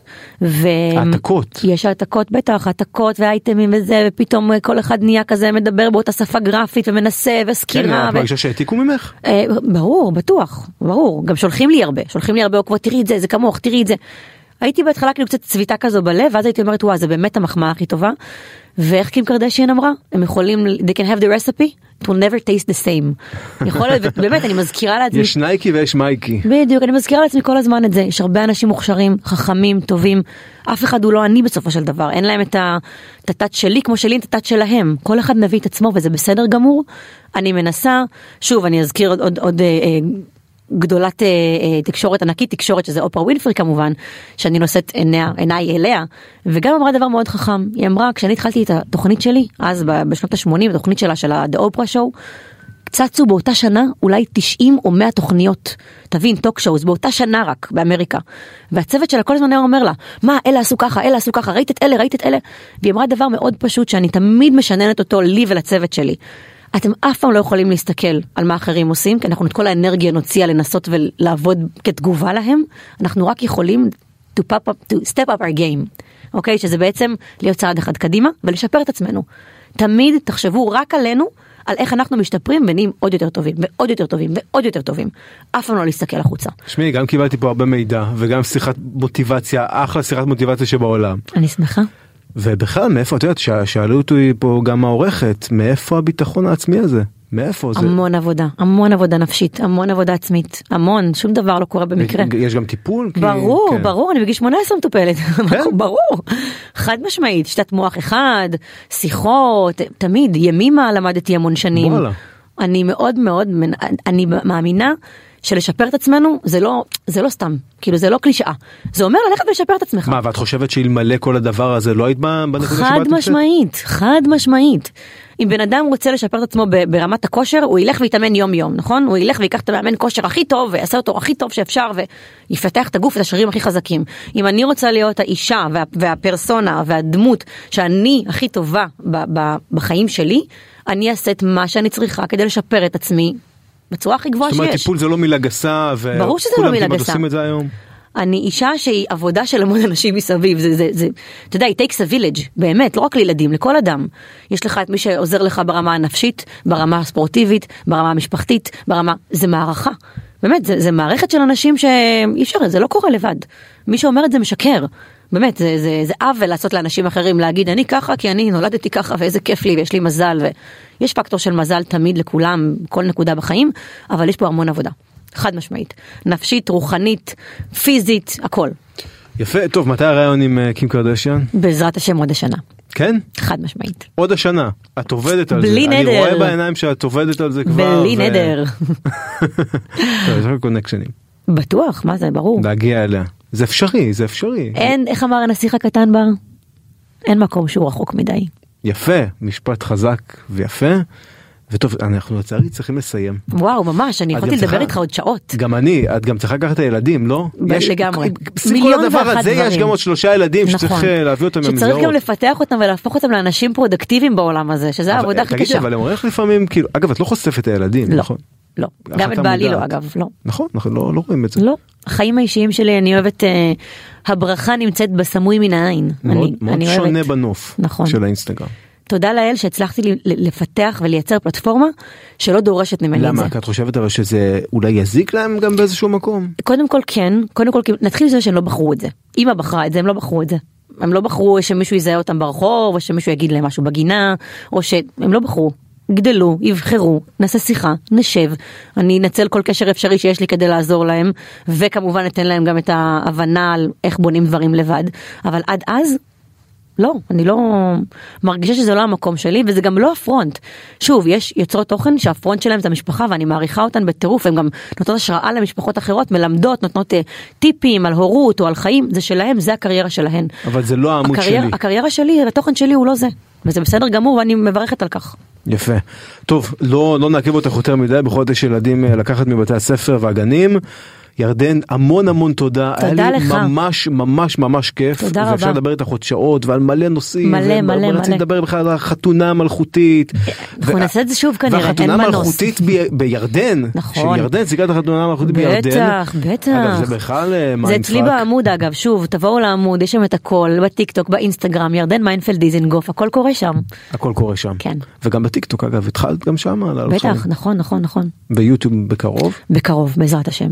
[SPEAKER 2] העתקות.
[SPEAKER 3] יש העתקות, בטח, העתקות והאייטמים וזה, ופתאום כל אחד נהיה כזה מדבר באותה שפה גרפית ומנסה וסקירה.
[SPEAKER 2] כן, את מרגישה שהעתיקו ממך?
[SPEAKER 3] ברור, בטוח, ברור. גם שולחים לי הרבה, שולחים לי הרבה עוקבות, תראי את זה, זה כמוך, תראי את זה. הייתי בהתחלה כאילו קצת צביטה כזו בלב, ואז הייתי אומרת, וואו, זה באמת המחמאה הכי טובה. ואיך קים קרדשיין אמרה? הם יכולים, they can have the recipe, it will never taste the same. יכול להיות, באמת, אני מזכירה לעצמי.
[SPEAKER 2] יש נייקי ויש מייקי.
[SPEAKER 3] בדיוק, אני מזכירה לעצמי כל הזמן את זה. יש הרבה אנשים מוכשרים, חכמים, טובים. אף אחד הוא לא אני בסופו של דבר. אין להם את התת שלי כמו שלי, את התת שלהם. כל אחד מביא את עצמו, וזה בסדר גמור. אני מנסה, שוב, אני אזכיר עוד, עוד, עוד גדולת אה, אה, תקשורת ענקית, תקשורת שזה אופרה ווינפרי כמובן, שאני נושאת עיניה, עיניי אליה, וגם אמרה דבר מאוד חכם. היא אמרה, כשאני התחלתי את התוכנית שלי, אז בשנות ה-שמונים, התוכנית שלה, של ה-The Oprah Show, צצו באותה שנה אולי תשעים או מאה תוכניות, תבין, טוק שואוז, באותה שנה רק, באמריקה. והצוות שלה כל הזמן היה אומר לה, מה, אלה עשו ככה, אלה עשו ככה, ראית את אלה, ראית את אלה, והיא אמרה דבר מאוד פשוט, שאני תמיד משננת אותו לי ולצוות שלי. אתם אף פעם לא יכולים להסתכל על מה אחרים עושים, כי אנחנו את כל האנרגיה נוציאה לנסות ולעבוד כתגובה להם, אנחנו רק יכולים to, pop up, to step up our game, אוקיי? שזה בעצם להיות צעד אחד קדימה ולשפר את עצמנו. תמיד תחשבו רק עלינו, על איך אנחנו משתפרים ונהיים עוד יותר טובים, ועוד יותר טובים, ועוד יותר טובים. אף פעם לא להסתכל החוצה.
[SPEAKER 2] שמי, גם קיבלתי פה הרבה מידע, וגם שיחת מוטיבציה, אחלה שיחת מוטיבציה שבעולם.
[SPEAKER 3] אני שמחה.
[SPEAKER 2] ובכלל, מאיפה, את יודעת, שאלו אותי פה גם העורכת, מאיפה הביטחון העצמי הזה? מאיפה זה?
[SPEAKER 3] המון עבודה, המון עבודה נפשית, המון עבודה עצמית, המון, שום דבר לא קורה במקרה.
[SPEAKER 2] יש גם טיפול?
[SPEAKER 3] ברור, כן. ברור, אני בגיל שמונה עשרה מטופלת, כן? ברור, חד משמעית, שתת מוח אחד, שיחות, תמיד, ימימה למדתי המון שנים. בואלה. אני מאוד מאוד, אני מאמינה, שלשפר את עצמנו זה לא, זה לא סתם, כאילו זה לא קלישאה. זה אומר ללכת ולשפר את עצמך.
[SPEAKER 2] מה, ואת חושבת שאלמלא כל הדבר הזה לא היית בנקודה שבאת?
[SPEAKER 3] חד משמעית, חד משמעית. אם בן אדם רוצה לשפר את עצמו ברמת הכושר, הוא ילך ויתאמן יום יום, נכון? הוא ילך ויקח את המאמן כושר הכי טוב, ויעשה אותו הכי טוב שאפשר, ויפתח את הגוף, את השרירים הכי חזקים. אם אני רוצה להיות האישה וה, והפרסונה והדמות שאני הכי טובה ב, ב, בחיים שלי, אני אעשה את מה שאני צריכה כדי לשפר את עצמי בצורה הכי גבוהה שיש.
[SPEAKER 2] זאת אומרת, טיפול זה לא מילה גסה,
[SPEAKER 3] ברור שזה לא מילה גסה.
[SPEAKER 2] עושים את זה היום.
[SPEAKER 3] אני אישה שהיא עבודה של המון אנשים מסביב, זה, זה, זה, אתה יודע, it takes a village, באמת, לא רק לילדים, לכל אדם. יש לך את מי שעוזר לך ברמה הנפשית, ברמה הספורטיבית, ברמה המשפחתית, ברמה, זה מערכה. באמת, זה, זה מערכת של אנשים שאי אפשר, זה לא קורה לבד. מי שאומר את זה משקר. באמת, זה, זה, זה עוול לעשות לאנשים אחרים להגיד, אני ככה, כי אני נולדתי ככה, ואיזה כיף לי, ויש לי מזל, ויש פקטור של מזל תמיד לכולם, כל נקודה בחיים, אבל יש פה המון עבודה. חד משמעית. נפשית, רוחנית, פיזית, הכל.
[SPEAKER 2] יפה, טוב, מתי הרעיון עם קים קרדשיין?
[SPEAKER 3] בעזרת השם עוד השנה.
[SPEAKER 2] כן?
[SPEAKER 3] חד משמעית.
[SPEAKER 2] עוד השנה. את עובדת על זה.
[SPEAKER 3] בלי נדר.
[SPEAKER 2] אני רואה בעיניים שאת עובדת על זה כבר.
[SPEAKER 3] בלי נדר.
[SPEAKER 2] טוב, יש לך קונקשנים.
[SPEAKER 3] בטוח, מה זה, ברור.
[SPEAKER 2] להגיע אליה. זה אפשרי, זה אפשרי.
[SPEAKER 3] אין, איך אמר הנסיך הקטן בר? אין מקום שהוא רחוק מדי.
[SPEAKER 2] יפה, משפט חזק ויפה. וטוב, אנחנו לצערי צריכים לסיים.
[SPEAKER 3] וואו, ממש, אני יכולתי לדבר איתך עוד שעות.
[SPEAKER 2] גם אני, את גם צריכה לקחת את הילדים, לא?
[SPEAKER 3] לגמרי.
[SPEAKER 2] מיליון ואחת דברים. יש גם עוד שלושה ילדים שצריך להביא אותם מהמסגרות.
[SPEAKER 3] שצריך גם לפתח אותם ולהפוך אותם לאנשים פרודקטיביים בעולם הזה, שזה העבודה הכי קשה.
[SPEAKER 2] תגידי, אבל הם הולך לפעמים, כאילו, אגב, את לא חושפת את הילדים, נכון?
[SPEAKER 3] לא, גם את בעלי לא, אגב, לא.
[SPEAKER 2] נכון, אנחנו לא רואים את זה.
[SPEAKER 3] לא, החיים האישיים שלי, אני אוהבת, הברכה נמצאת בסמוי מן העין.
[SPEAKER 2] מאוד שונה בנוף של האינסטגרם.
[SPEAKER 3] תודה לאל שהצלחתי לפתח ולייצר פלטפורמה שלא דורשת ממני את זה.
[SPEAKER 2] למה? כי את חושבת אבל שזה אולי יזיק להם גם באיזשהו מקום?
[SPEAKER 3] קודם כל כן, קודם כל נתחיל לזה שהם לא בחרו את זה. אמא בחרה את זה, הם לא בחרו את זה. הם לא בחרו שמישהו יזהה אותם ברחוב, או שמישהו יגיד להם משהו בגינה, או שהם לא בחרו. גדלו, יבחרו, נעשה שיחה, נשב, אני אנצל כל קשר אפשרי שיש לי כדי לעזור להם, וכמובן ניתן להם גם את ההבנה על איך בונים דברים לבד. אבל עד אז, לא, אני לא מרגישה שזה לא המקום שלי, וזה גם לא הפרונט. שוב, יש יוצרות תוכן שהפרונט שלהם זה המשפחה, ואני מעריכה אותן בטירוף, הן גם נותנות השראה למשפחות אחרות, מלמדות, נותנות טיפים על הורות או על חיים, זה שלהם, זה הקריירה שלהן.
[SPEAKER 2] אבל זה לא העמוד
[SPEAKER 3] הקריירה,
[SPEAKER 2] שלי.
[SPEAKER 3] הקריירה שלי, התוכן שלי הוא לא זה. וזה בסדר גמור, ואני מברכת על כך.
[SPEAKER 2] יפה. טוב, לא, לא נעכב אותך יותר מדי, בכל זאת יש ילדים לקחת מבתי הספר והגנים. ירדן, המון המון תודה.
[SPEAKER 3] תודה לך.
[SPEAKER 2] היה לי ממש ממש ממש כיף.
[SPEAKER 3] תודה רבה.
[SPEAKER 2] ואפשר לדבר איתך עוד שעות ועל מלא נושאים.
[SPEAKER 3] מלא מלא מלא.
[SPEAKER 2] ורציתי לדבר בכלל על החתונה המלכותית.
[SPEAKER 3] אנחנו נעשה את זה שוב כנראה, אין
[SPEAKER 2] והחתונה
[SPEAKER 3] מנוס.
[SPEAKER 2] המלכותית בירדן.
[SPEAKER 3] נכון.
[SPEAKER 2] שירדן סיגה את החתונה המלכותית בירדן.
[SPEAKER 3] בטח, בטח.
[SPEAKER 2] אגב, זה בכלל מיינדפאק.
[SPEAKER 3] זה אצלי בעמוד אגב, שוב, תבואו לעמוד, יש שם את הכל, בטיקטוק, באינסטגרם, ירדן מיינפלד דיזנגוף, הכל קורה שם.
[SPEAKER 2] הכל קורה שם.
[SPEAKER 3] כן.
[SPEAKER 2] וגם בטיקטוק אגב, התחלת גם שם.
[SPEAKER 3] בטח, נכון, נכון, נכון.
[SPEAKER 2] ביוטיוב בקרוב.
[SPEAKER 3] בקרוב, בעזרת השם.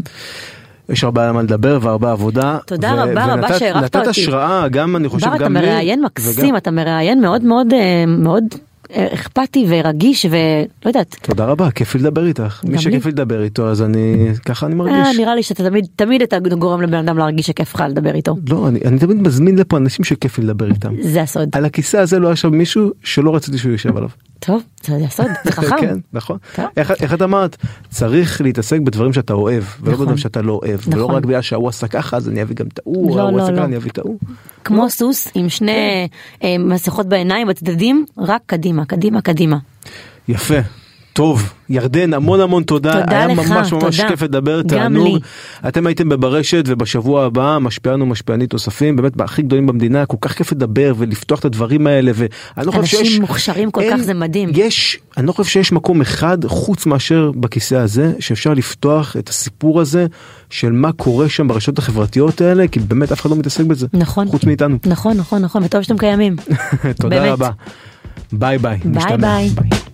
[SPEAKER 2] יש הרבה מה לדבר והרבה עבודה.
[SPEAKER 3] תודה רבה רבה שהערכת אותי.
[SPEAKER 2] נתת השראה, גם אני חושב גם לי.
[SPEAKER 3] אתה מראיין מקסים, אתה מראיין מאוד מאוד מאוד אכפתי ורגיש ולא יודעת.
[SPEAKER 2] תודה רבה, כיף לדבר איתך. מי שכיף לדבר איתו, אז אני, ככה אני מרגיש.
[SPEAKER 3] נראה לי שאתה תמיד, תמיד אתה גורם לבן אדם להרגיש שכיף לך לדבר איתו.
[SPEAKER 2] לא, אני, אני תמיד מזמין לפה אנשים שכיף לדבר איתם.
[SPEAKER 3] זה הסוד.
[SPEAKER 2] על הכיסא הזה לא ישב מישהו שלא רציתי שהוא יושב עליו.
[SPEAKER 3] טוב, זה הסוד, זה חכם.
[SPEAKER 2] כן, נכון. איך, איך את אמרת? צריך להתעסק בדברים שאתה אוהב, ולא בדברים שאתה לא אוהב. ולא רק בגלל שההוא עשה ככה, אז אני אביא גם את ההוא, ההוא עשה ככה, אני אביא את ההוא.
[SPEAKER 3] כמו סוס עם שני מסכות בעיניים בצדדים, רק קדימה, קדימה, קדימה.
[SPEAKER 2] יפה. טוב, ירדן, המון המון תודה.
[SPEAKER 3] תודה
[SPEAKER 2] היה
[SPEAKER 3] לך,
[SPEAKER 2] ממש ממש
[SPEAKER 3] תודה.
[SPEAKER 2] כיף לדבר,
[SPEAKER 3] גם
[SPEAKER 2] תענוג.
[SPEAKER 3] לי.
[SPEAKER 2] אתם הייתם בברשת, ובשבוע הבא משפיענו משפיענית נוספים, באמת הכי גדולים במדינה, כל כך כיף לדבר ולפתוח את הדברים האלה, ואני לא חושב שיש...
[SPEAKER 3] אנשים מוכשרים כל
[SPEAKER 2] אין,
[SPEAKER 3] כך, זה מדהים.
[SPEAKER 2] יש, אני לא חושב שיש מקום אחד, חוץ מאשר בכיסא הזה, שאפשר לפתוח את הסיפור הזה, של מה קורה שם ברשתות החברתיות האלה, כי באמת אף אחד לא מתעסק בזה.
[SPEAKER 3] נכון.
[SPEAKER 2] חוץ מאיתנו.
[SPEAKER 3] נכון, נכון, נכון, וטוב שאתם קיימים.
[SPEAKER 2] תודה רבה. ביי ביי.
[SPEAKER 3] ביי ביי.